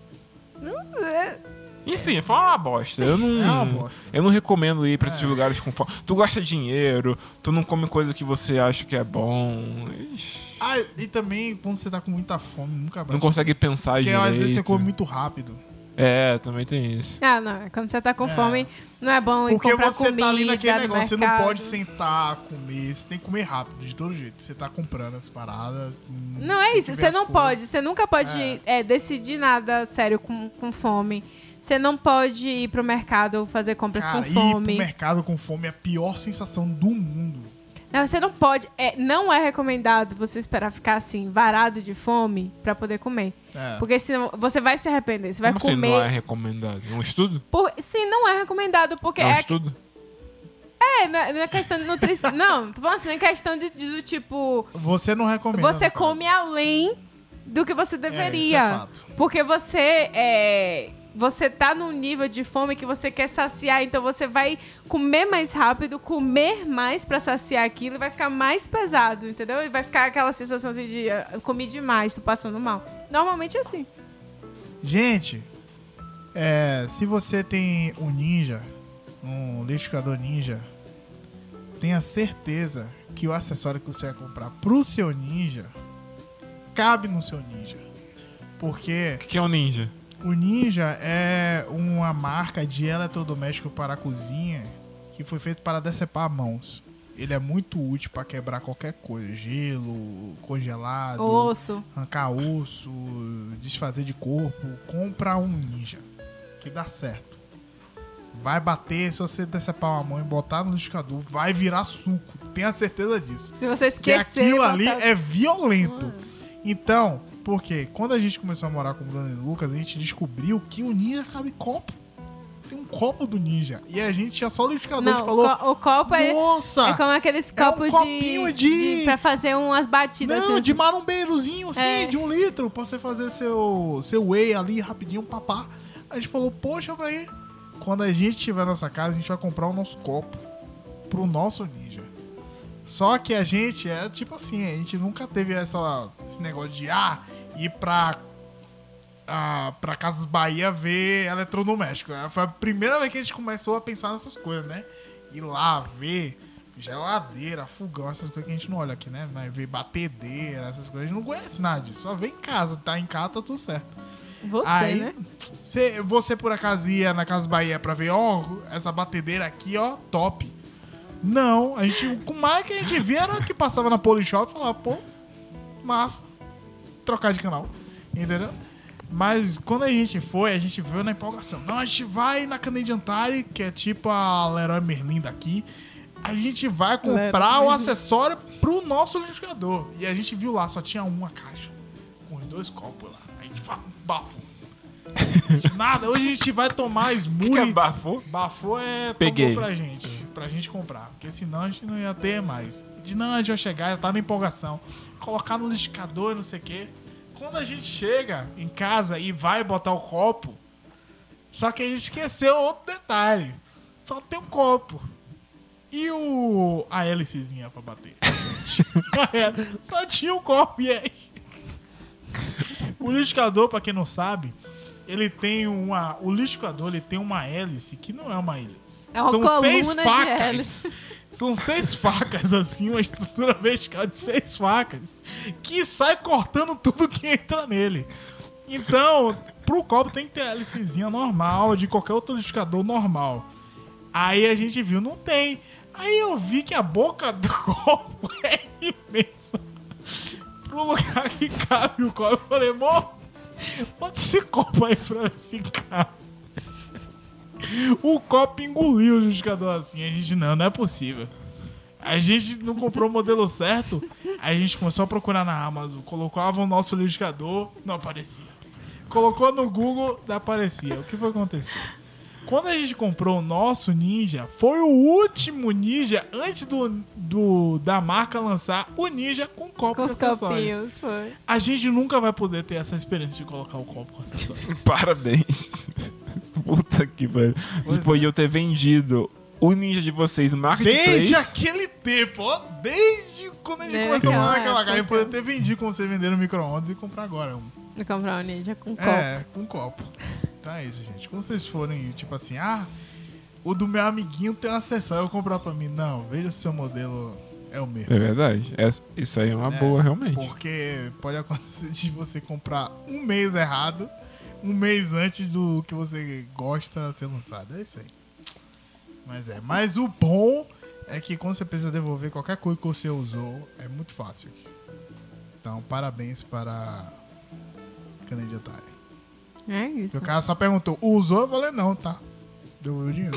É. Enfim, foi uma bosta. Eu não, É uma bosta. eu não recomendo ir pra esses É. lugares com fome. Tu gasta dinheiro, tu não come coisa que você acha que é bom. Ixi, Ah, e também quando você tá com muita fome, nunca bate. não consegue pensar Porque direito. às vezes você come muito rápido. É, também tem isso. Ah, não. Quando você tá com É. fome, não é bom ir Porque comprar você comida tá ali naquele no negócio, você não mercado. pode sentar, comer, você tem que comer rápido, de todo jeito. Você tá comprando as paradas. hum, Não é tem isso, que ver você as não coisas. pode, você nunca pode é, decidir nada sério com, com fome. Você não pode ir pro mercado fazer compras Cara, com ir fome. pro mercado com fome é a pior sensação do mundo. Não, você não pode, é, não é recomendado você esperar ficar assim, varado de fome pra poder comer. É. Porque senão você vai se arrepender, você vai Como assim comer. não é recomendado? É um estudo? Por... Sim, não é recomendado, porque É um é, estudo? é na, na questão de nutrição. Não, tô falando assim, na questão de, de- do tipo, Você não recomenda. você no caso. come além do que você É, isso é deveria. fato. Porque você é. Você tá num nível de fome que você quer saciar, então você vai comer mais rápido, comer mais pra saciar aquilo e vai ficar mais pesado, entendeu? E vai ficar aquela sensação assim de ah, comi demais, tô passando mal. Normalmente é assim. Gente, é, se você tem um Ninja, um liquidificador Ninja, tenha certeza que o acessório que você vai comprar pro seu Ninja cabe no seu Ninja. Porque O que é um ninja? o Ninja é uma marca de eletrodoméstico para a cozinha que foi feito para decepar mãos. Ele é muito útil para quebrar qualquer coisa, gelo, congelado, Osso. arrancar osso, desfazer de corpo. Compra um Ninja, que dá certo. Vai bater, se você decepar uma mão e botar no liquidificador, vai virar suco. Tenha certeza disso. Se você Porque esquecer... aquilo botar- ali é violento. Hum. Então, porque quando a gente começou a morar com o Bruno e o Lucas, a gente descobriu que o Ninja cabe em copo. Tem um copo do Ninja. E a gente tinha só o liquidificador. a Não, gente falou, co- o copo é, nossa! é como aqueles é um copos copinho de- de... Pra fazer umas batidas. Não, assim, de marumbeirozinho, assim, É. de um litro, pra você fazer seu, seu whey ali rapidinho, papá. A gente falou, poxa, velho, quando a gente tiver na nossa casa, a gente vai comprar o nosso copo pro nosso Ninja. Só que a gente é tipo assim, a gente nunca teve essa, esse negócio de, ah, ir pra ah, pra Casas Bahia ver eletrodoméstico. Foi a primeira vez que a gente começou a pensar nessas coisas, né? Ir lá ver geladeira, fogão, essas coisas que a gente não olha aqui, né? Mas ver batedeira, essas coisas, a gente não conhece nada disso. Só vem em casa, tá em casa, tá tudo certo. Você, Aí, né? Cê, você por acaso ia na Casas Bahia pra ver, ó, essa batedeira aqui, ó, top. Não, a gente, o mais que a gente via era que passava na Polishop e falava, pô, massa, trocar de canal, entendeu? Mas quando a gente foi, a gente veio na empolgação. Não, a gente vai na Canadian Tire, que é tipo a Leroy Merlin daqui. A gente vai comprar o acessório pro nosso liquidificador. E a gente viu lá, só tinha uma caixa, com os dois copos lá. A gente bafou. Nada, hoje a gente vai tomar smoothie. O que, que é bafo? Bafo é Peguei. tomou pra gente, pra gente comprar. Porque senão a gente não ia ter mais. De não, a gente vai chegar, já tá na empolgação. Colocar no liquidificador e não sei o quê. Quando a gente chega em casa e vai botar o copo, só que a gente esqueceu outro detalhe. Só tem um copo. E o a hélicezinha pra bater. Só tinha um copo e aí. O liquidificador, pra quem não sabe, ele tem uma. O liquidificador ele tem uma hélice que não é uma hélice. É uma São coluna seis de facas. hélice. São seis facas, assim, uma estrutura vertical de seis facas que sai cortando tudo que entra nele. Então, pro copo tem que ter a hélicezinha normal, de qualquer outro liquidificador normal. Aí a gente viu, não tem. Aí eu vi que a boca do copo é imensa. Pro lugar que cabe o copo, eu falei, amor, bota esse copo aí pra ver se cabe. O copo engoliu o liquidificador assim. A gente, não, não é possível. A gente não comprou o modelo certo. Aí a gente começou a procurar na Amazon. Colocava o nosso liquidificador, não aparecia. Colocou no Google, não aparecia. O que foi acontecer? Quando a gente comprou o nosso Ninja, foi o último Ninja antes do, do, da marca lançar o Ninja com copo Com os acessório. copinhos, foi. A gente nunca vai poder ter essa experiência de colocar o copo com acessório. Parabéns. Puta que pariu. Pois Vocês podiam ter vendido o Ninja de vocês no Marketplace. Desde aquele tempo, ó. Desde quando a gente Desde começou a aquela mandar aquela cara, a gente época. poderia ter vendido como você vender no micro-ondas e comprar agora um. Vou comprar um Ninja com copo. É, com copo. Então é isso, gente. Quando vocês forem, tipo assim, ah, o do meu amiguinho tem uma acessório, eu vou comprar pra mim. Não, veja se o seu modelo é o mesmo. É verdade. Essa- isso aí é uma É, boa, realmente. Porque pode acontecer de você comprar um mês errado, um mês antes do que você gosta ser lançado. É isso aí. Mas é. Mas o bom é que quando você precisa devolver qualquer coisa que você usou, é muito fácil. Então, parabéns para Canadian Tire. É isso. O cara só perguntou, usou? Eu falei, não, tá. Devolveu o dinheiro.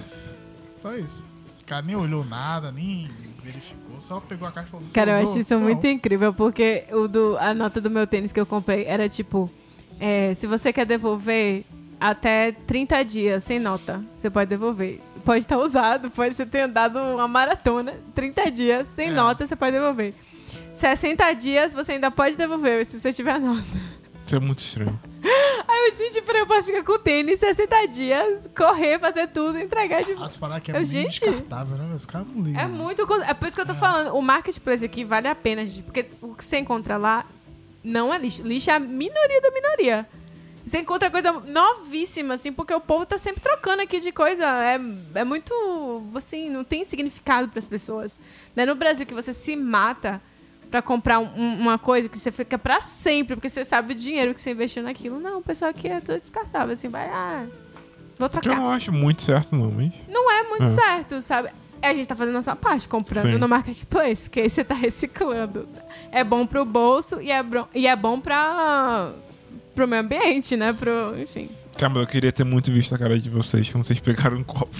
Só isso. O cara nem olhou nada, nem verificou, só pegou a caixa e falou, "Você Cara, eu usou?" acho isso Não. muito incrível, porque o do, a nota do meu tênis que eu comprei era tipo, é, se você quer devolver até trinta dias sem nota, você pode devolver. Pode estar usado, pode você ter andado uma maratona, trinta dias sem É. nota, você pode devolver. sessenta dias você ainda pode devolver, se você tiver nota. Isso é muito estranho. Aí eu, gente, pra eu posso ficar com o tênis sessenta dias, correr, fazer tudo, entregar de volta. As paradas que é Eu, bem gente, descartável, né? Os caras não ligam. É né? muito. co- É por isso que eu tô É. falando. O marketplace aqui vale a pena, gente. Porque o que você encontra lá não é lixo. Lixo é a minoria da minoria. Você encontra coisa novíssima, assim, porque o povo tá sempre trocando aqui de coisa. É, é muito. Assim, não tem significado pras pessoas. Não é no Brasil que você se mata pra comprar um- um- uma coisa que você fica pra sempre, porque você sabe o dinheiro que você investiu naquilo. Não, o pessoal aqui é tudo descartável, assim, vai, ah, vou Que eu trocar. não acho muito certo, não, mas. Não é muito É. certo, sabe? A gente tá fazendo a nossa parte, comprando Sim. no marketplace, porque aí você tá reciclando. É bom pro bolso e é, bro- e é bom pra, pro meio ambiente, né? Pro, enfim. Caramba, eu queria ter muito visto a cara de vocês quando vocês pegaram um copo.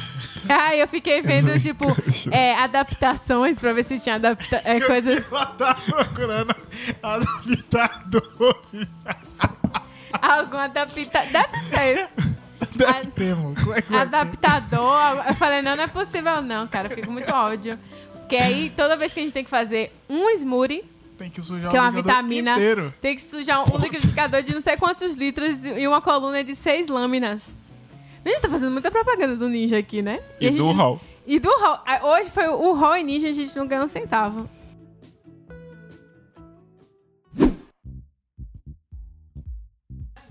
Aí eu fiquei vendo, Muito tipo, cachorro. é, adaptações pra ver se tinha adapta é, coisas. Ela tá procurando adaptadores. Algum adapta. Deve ter. Deve ter, mano. Como é que vai ter? Adaptador. Eu falei, não, não é possível, não, cara. Eu fico muito ódio. Porque aí, toda vez que a gente tem que fazer um smoothie, Tem que sujar que é o uma liquidificador vitamina, inteiro. tem que sujar um liquidificador de não sei quantos litros e uma coluna de seis lâminas. A gente tá fazendo muita propaganda do Ninja aqui, né? E a do gente- Hall. E do Hall. Ah, hoje foi o Hall e Ninja, a gente não ganhou um centavo.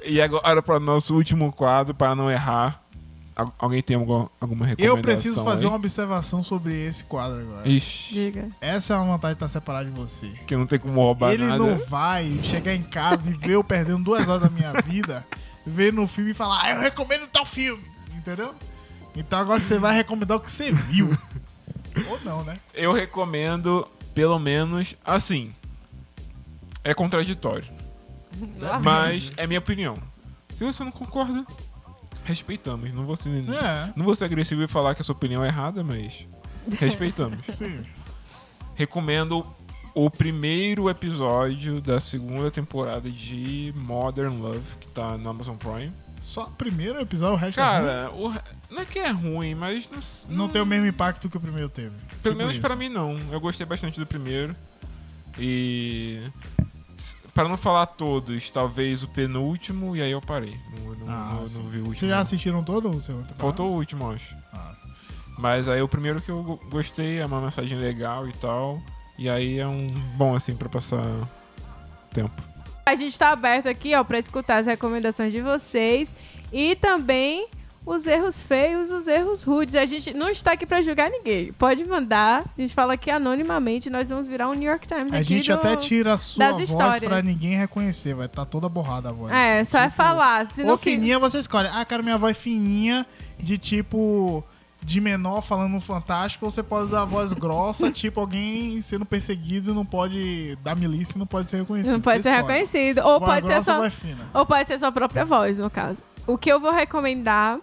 E agora para o nosso último quadro, para não errar. Al- alguém tem alguma, alguma recomendação? Eu preciso fazer aí? uma observação sobre esse quadro agora. Ixi, Diga. Essa é uma vontade de estar separado de você. que não tem como roubar Ele nada. não vai chegar em casa e ver eu perdendo duas horas da minha vida, ver no filme e falar, ah, eu recomendo tal filme, entendeu? Então agora você vai recomendar o que você viu. Ou não, né? Eu recomendo, pelo menos, assim. É contraditório. Lá vem. Mas é minha opinião. Se você não concorda, respeitamos. Não vou ser, É, não vou ser agressivo e falar que a sua opinião é errada, mas respeitamos. sim. Recomendo o primeiro episódio da segunda temporada de Modern Love, que tá no Amazon Prime. Só o primeiro episódio, o resto é ruim. Cara, o re- não é que é ruim, mas não, Não tem o mesmo impacto que o primeiro teve. Pelo Tipo menos isso. pra mim não. Eu gostei bastante do primeiro. E s- para não falar todos, talvez o penúltimo, e aí eu parei. Não, não, Ah, não- sim. não vi o último. Vocês já não. assistiram todo o segundo temporada? Faltou o último, eu acho. Ah. Mas aí o primeiro que eu go- gostei, é uma mensagem legal e tal. E aí é um bom assim pra passar tempo. A gente tá aberto aqui, ó, pra escutar as recomendações de vocês e também os erros feios, os erros rudes. A gente não está aqui pra julgar ninguém. Pode mandar. A gente fala aqui anonimamente. Nós vamos virar um New York Times A aqui gente do... até tira a sua das voz histórias. pra ninguém reconhecer. Vai estar toda borrada a voz. É, assim, só é tipo, falar. Se não Ou fi- fininha, você escolhe. Ah, quero minha voz fininha, de tipo... De menor falando um fantástico, ou você pode usar a voz grossa, tipo alguém sendo perseguido, não pode dar milícia e não pode ser reconhecido. Não pode Você ser escolhe. reconhecido. Ou Voz pode ser grossa só... ou voz fina. Ou pode ser sua própria voz, no caso. O que eu vou recomendar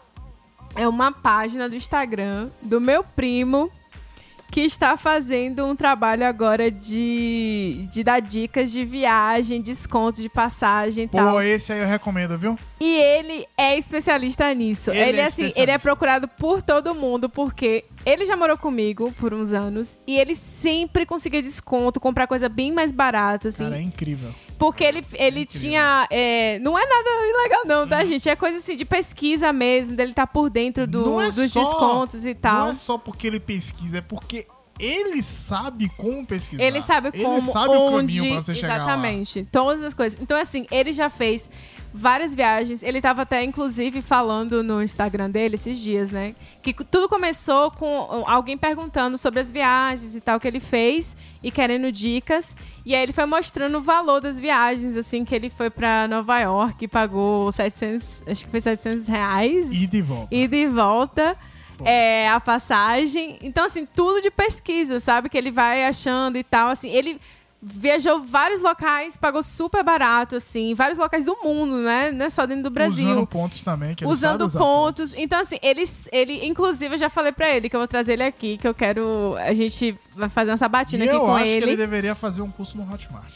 é uma página do Instagram do meu primo, que está fazendo um trabalho agora de, de dar dicas de viagem, descontos de passagem e tal. Pô, esse aí eu recomendo, viu? E ele é especialista nisso. Ele Ele, é assim, especialista. ele é procurado por todo mundo, porque ele já morou comigo por uns anos e ele sempre conseguia desconto, comprar coisa bem mais barata, assim. Cara, é incrível. Porque ele, ele Incrível. tinha... é, não é nada ilegal não, tá, Uhum. gente? É coisa assim de pesquisa mesmo, dele estar por dentro do- Não é dos só- descontos e Não tal. é só porque ele pesquisa, é porque ele sabe como pesquisar. Ele sabe como, Ele sabe onde, o caminho pra você chegar lá. exatamente, todas as coisas. Então, assim, ele já fez várias viagens. Ele tava até, inclusive, falando no Instagram dele esses dias, né? Que tudo começou com alguém perguntando sobre as viagens e tal que ele fez e querendo dicas. E aí ele foi mostrando o valor das viagens, assim, que ele foi pra Nova York e pagou setecentos, acho que foi setecentos reais. E de volta. Ida e volta. Pô. É, a passagem. Então, assim, tudo de pesquisa, sabe? Que ele vai achando e tal. Assim, ele viajou vários locais, pagou super barato, assim. Vários locais do mundo, né? Não é só dentro do Brasil. Usando pontos também, que ele Usando sabe usar pontos. Então, assim, ele, ele... Inclusive, eu já falei pra ele que eu vou trazer ele aqui, que eu quero... A gente vai fazer uma sabatina E aqui eu com acho ele. que ele deveria fazer um curso no Hotmart.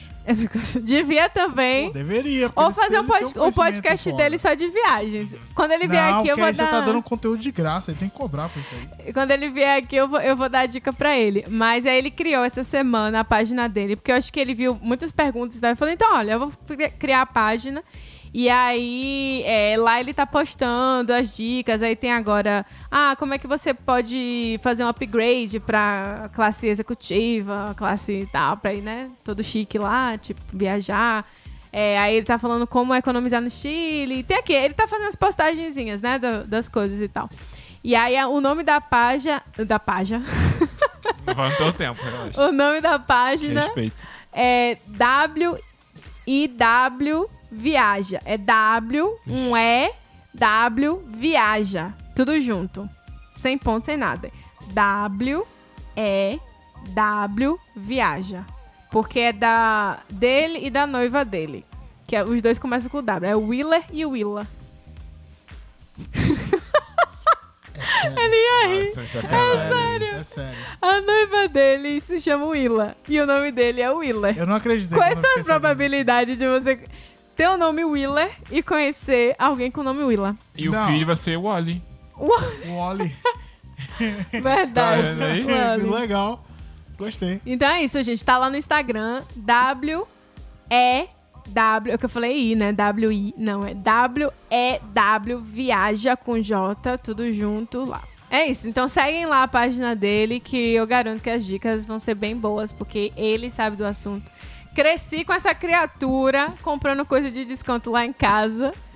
Devia também. Pô, deveria. porque Ou ele- fazer um ele tem pod- o conhecimento podcast foda. dele só de viagens. Quando ele vier Não, aqui, eu porque vou aí dar... você tá dando conteúdo de graça, ele tem que cobrar por isso aí. Quando ele vier aqui, eu vou, eu vou dar a dica pra ele. Mas aí ele criou essa semana a página dele, porque eu acho que ele viu muitas perguntas. Daí eu falei, então, olha, eu vou cri- criar a página. E aí, é, lá ele tá postando as dicas. Aí tem agora, ah, como é que você pode fazer um upgrade pra classe executiva, classe e tal, pra ir, né, todo chique lá, tipo, viajar. É, aí ele tá falando como economizar no Chile. Tem aqui, ele tá fazendo as postagenzinhas, né, da- das coisas e tal. E aí a- o nome da página... Da página... Levantou o tempo, relaxa. o nome da página Respeito. é W I W Viaja. É W, um E, W, Viaja. Tudo junto. Sem ponto, sem nada. W, E, W, Viaja. Porque é da dele e da noiva dele. Que é- os dois começam com W. É o Willer e o Willa. Ele ia rir. Nossa, É sacanagem. sério, é sério. A noiva dele se chama Willa. E o nome dele é Willer. Eu não acreditei. Quais quando eu são fiquei as sabendo probabilidades de você ter o nome Willer e conhecer alguém com o nome Willa? E o Não. filho vai ser o Wally. disso. O Oli. Verdade. Tá vendo aí? Wally. Legal. Gostei. Então é isso, gente. Tá lá no Instagram. W E W. É o que eu falei I, né? W I. Não, é W E W Viaja com J. Tudo junto lá. É isso. Então seguem lá a página dele, que eu garanto que as dicas vão ser bem boas, porque ele sabe do assunto. Cresci com essa criatura comprando coisa de desconto lá em casa.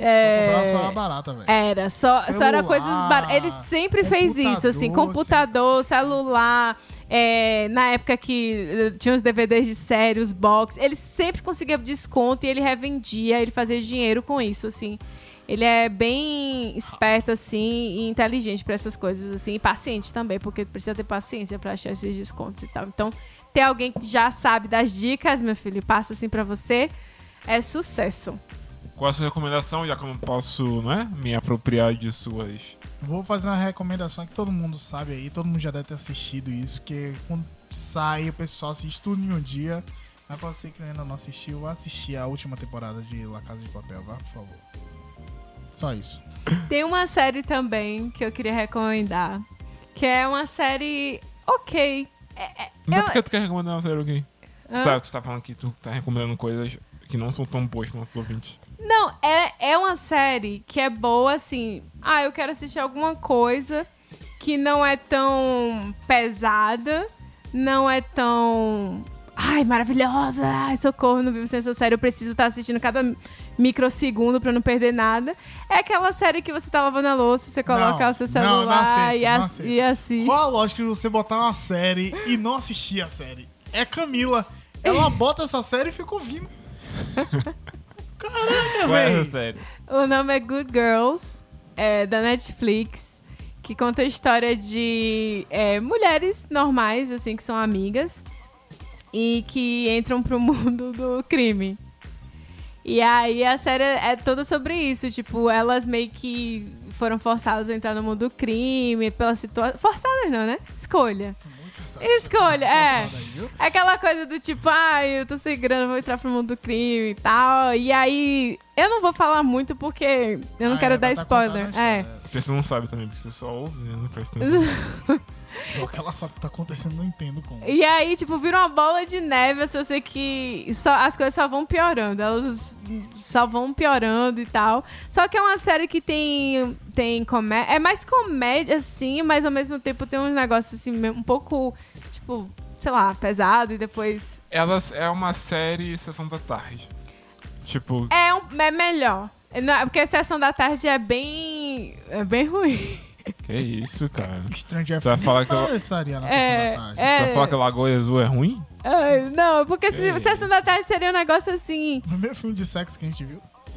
É... Só comprava as paradas baratas, velho. Era, só, só era Celular, coisas baratas. Ele sempre fez isso, assim, computador, computador, celular, é, na época que eh, tinha os D V Ds de série, os box, ele sempre conseguia desconto e ele revendia, ele fazia dinheiro com isso, assim. Ele é bem esperto, assim, e inteligente pra essas coisas, assim, e paciente também, porque precisa ter paciência pra achar esses descontos e tal. Então, ter alguém que já sabe das dicas, meu filho, e passa assim pra você, é sucesso. Qual a sua recomendação, já que eu não posso, né, me apropriar de suas... Vou fazer uma recomendação que todo mundo sabe aí, todo mundo já deve ter assistido isso, que quando sai o pessoal assiste tudo em um dia. Mas pra você que ainda não assistiu, vá assistir a última temporada de La Casa de Papel, vá, por favor. Só isso. Tem uma série também que eu queria recomendar, que é uma série ok. É, é, Mas eu... por que tu quer recomendar uma série alguém? Hã? Tu tá, tu tá falando que tu tá recomendando coisas que não são tão boas para nossos ouvintes. Não, é, é uma série que é boa, assim... Ah, eu quero assistir alguma coisa que não é tão pesada, não é tão... Ai, maravilhosa! Ai, socorro, não vivo sem essa série. Eu preciso estar assistindo cada microsegundo pra não perder nada. É aquela série que você tá lavando a louça, você coloca Não, o seu não, não celular aceito, e, não ass- aceito. e assiste. Qual a lógica de você botar uma série e não assistir a série? É Camila. Ela bota essa série e fica ouvindo. Caraca, Qual é essa velho. série? O nome é Good Girls, é da Netflix, que conta a história de é, mulheres normais, assim, que são amigas e que entram pro mundo do crime. E aí a série é toda sobre isso, tipo, elas meio que foram forçadas a entrar no mundo do crime, pela situação... Forçadas não, né? Escolha. Escolha, é. É aquela coisa do tipo, ai, eu tô sem grana, vou entrar pro mundo do crime e tal. E aí, eu não vou falar muito porque eu não Ah, quero é, dar vai tá spoiler. contando a É. história, Porque você não sabe também, porque você só ouve, né? Não presta atenção. é. O que ela sabe que tá acontecendo, não entendo como. E aí, tipo, vira uma bola de neve, eu só sei que só, as coisas só vão piorando, elas só vão piorando e tal. Só que é uma série que tem, tem comédia, é mais comédia, assim, mas ao mesmo tempo tem uns negócios, assim, um pouco, tipo, sei lá, pesado e depois... Ela é uma série Sessão da Tarde. Tipo, É, um, é melhor, Não, porque a Sessão da Tarde é bem, é bem ruim. que isso, cara? Stranger Tu vai Things falar que eu- estaria na É, sessão da tarde. é. Você vai falar que Lagoa Azul é ruim? Ai, não, porque se, Que Sessão da Tarde seria um negócio assim... O primeiro filme de sexo que a gente viu.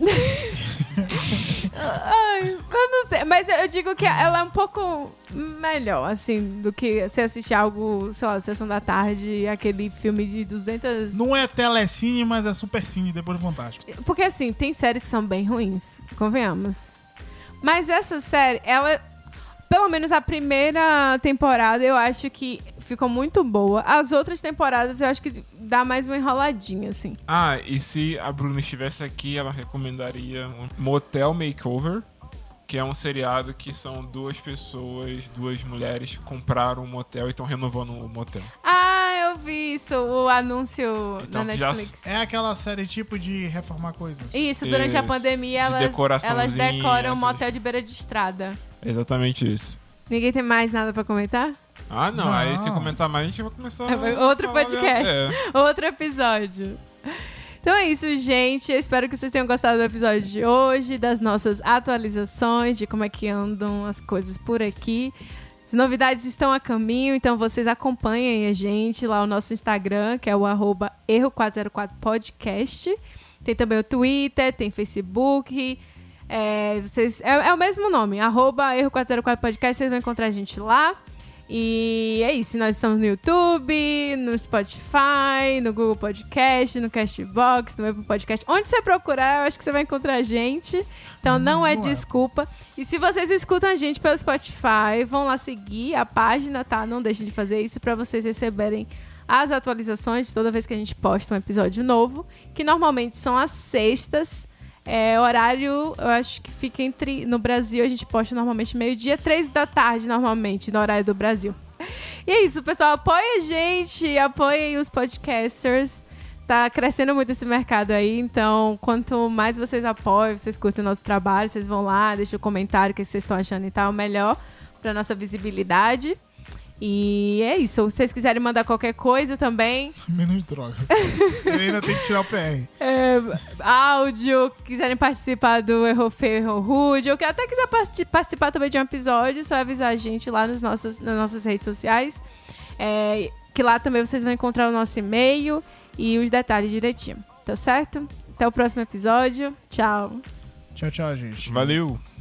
Ai, eu não sei, mas eu digo que ela é um pouco melhor, assim, do que você assistir algo, sei lá, Sessão da Tarde, aquele filme de duzentas... Não é telecine, mas é super cine, depois do Fantástico. Porque, assim, tem séries que são bem ruins, convenhamos. Mas essa série, ela... Pelo menos a primeira temporada, eu acho que ficou muito boa. As outras temporadas, eu acho que dá mais uma enroladinha, assim. Ah, e se a Bruna estivesse aqui, ela recomendaria um Motel Makeover, que é um seriado que são duas pessoas, duas mulheres que compraram um motel e estão renovando o motel. Ah, eu vi isso, o anúncio Então, na já- Netflix. É aquela série tipo de reformar coisas. Isso, durante a Isso, pandemia, de elas, decoraçãozinha, elas decoram um essas- motel de beira de estrada. É exatamente isso. Ninguém tem mais nada pra comentar? Ah, não. Não. Aí se comentar mais, a gente vai começar É, vai- a outro falar podcast. mesmo. É. Outro episódio. Então é isso, gente. Eu espero que vocês tenham gostado do episódio de hoje, das nossas atualizações, de como é que andam as coisas por aqui. As novidades estão a caminho, então vocês acompanhem a gente lá no nosso Instagram, que é o arroba erro quatro zero quatro podcast. Tem também o Twitter, tem Facebook. É, vocês, é, é o mesmo nome, arroba erro quatro zero quatro podcast, vocês vão encontrar a gente lá. E é isso, nós estamos no YouTube, no Spotify, no Google Podcast, no Castbox, no Apple Podcast. Onde você procurar, eu acho que você vai encontrar a gente. Então não é Não é. desculpa. E se vocês escutam a gente pelo Spotify, vão lá seguir a página, tá? Não deixem de fazer isso para vocês receberem as atualizações toda vez que a gente posta um episódio novo, que normalmente são às sextas. É, horário, eu acho que fica entre... No Brasil, a gente posta normalmente meio-dia, três da tarde, normalmente, no horário do Brasil. E é isso, pessoal. Apoiem a gente, apoiem os podcasters. Tá crescendo muito esse mercado aí, então quanto mais vocês apoiam, vocês curtem o nosso trabalho, vocês vão lá, deixam um comentário o que vocês estão achando e tal, melhor pra nossa visibilidade. E é isso. Se vocês quiserem mandar qualquer coisa também, Menos droga. Eu ainda tenho que tirar o P R. é, áudio, quiserem participar do Errou Feio, Errou Rude, ou que até quiser parti- participar também de um episódio, só avisar a gente lá nos nossos, nas nossas redes sociais. É, que lá também vocês vão encontrar o nosso e-mail e os detalhes direitinho. Tá certo? Até o próximo episódio. Tchau. Tchau, tchau, gente. Valeu!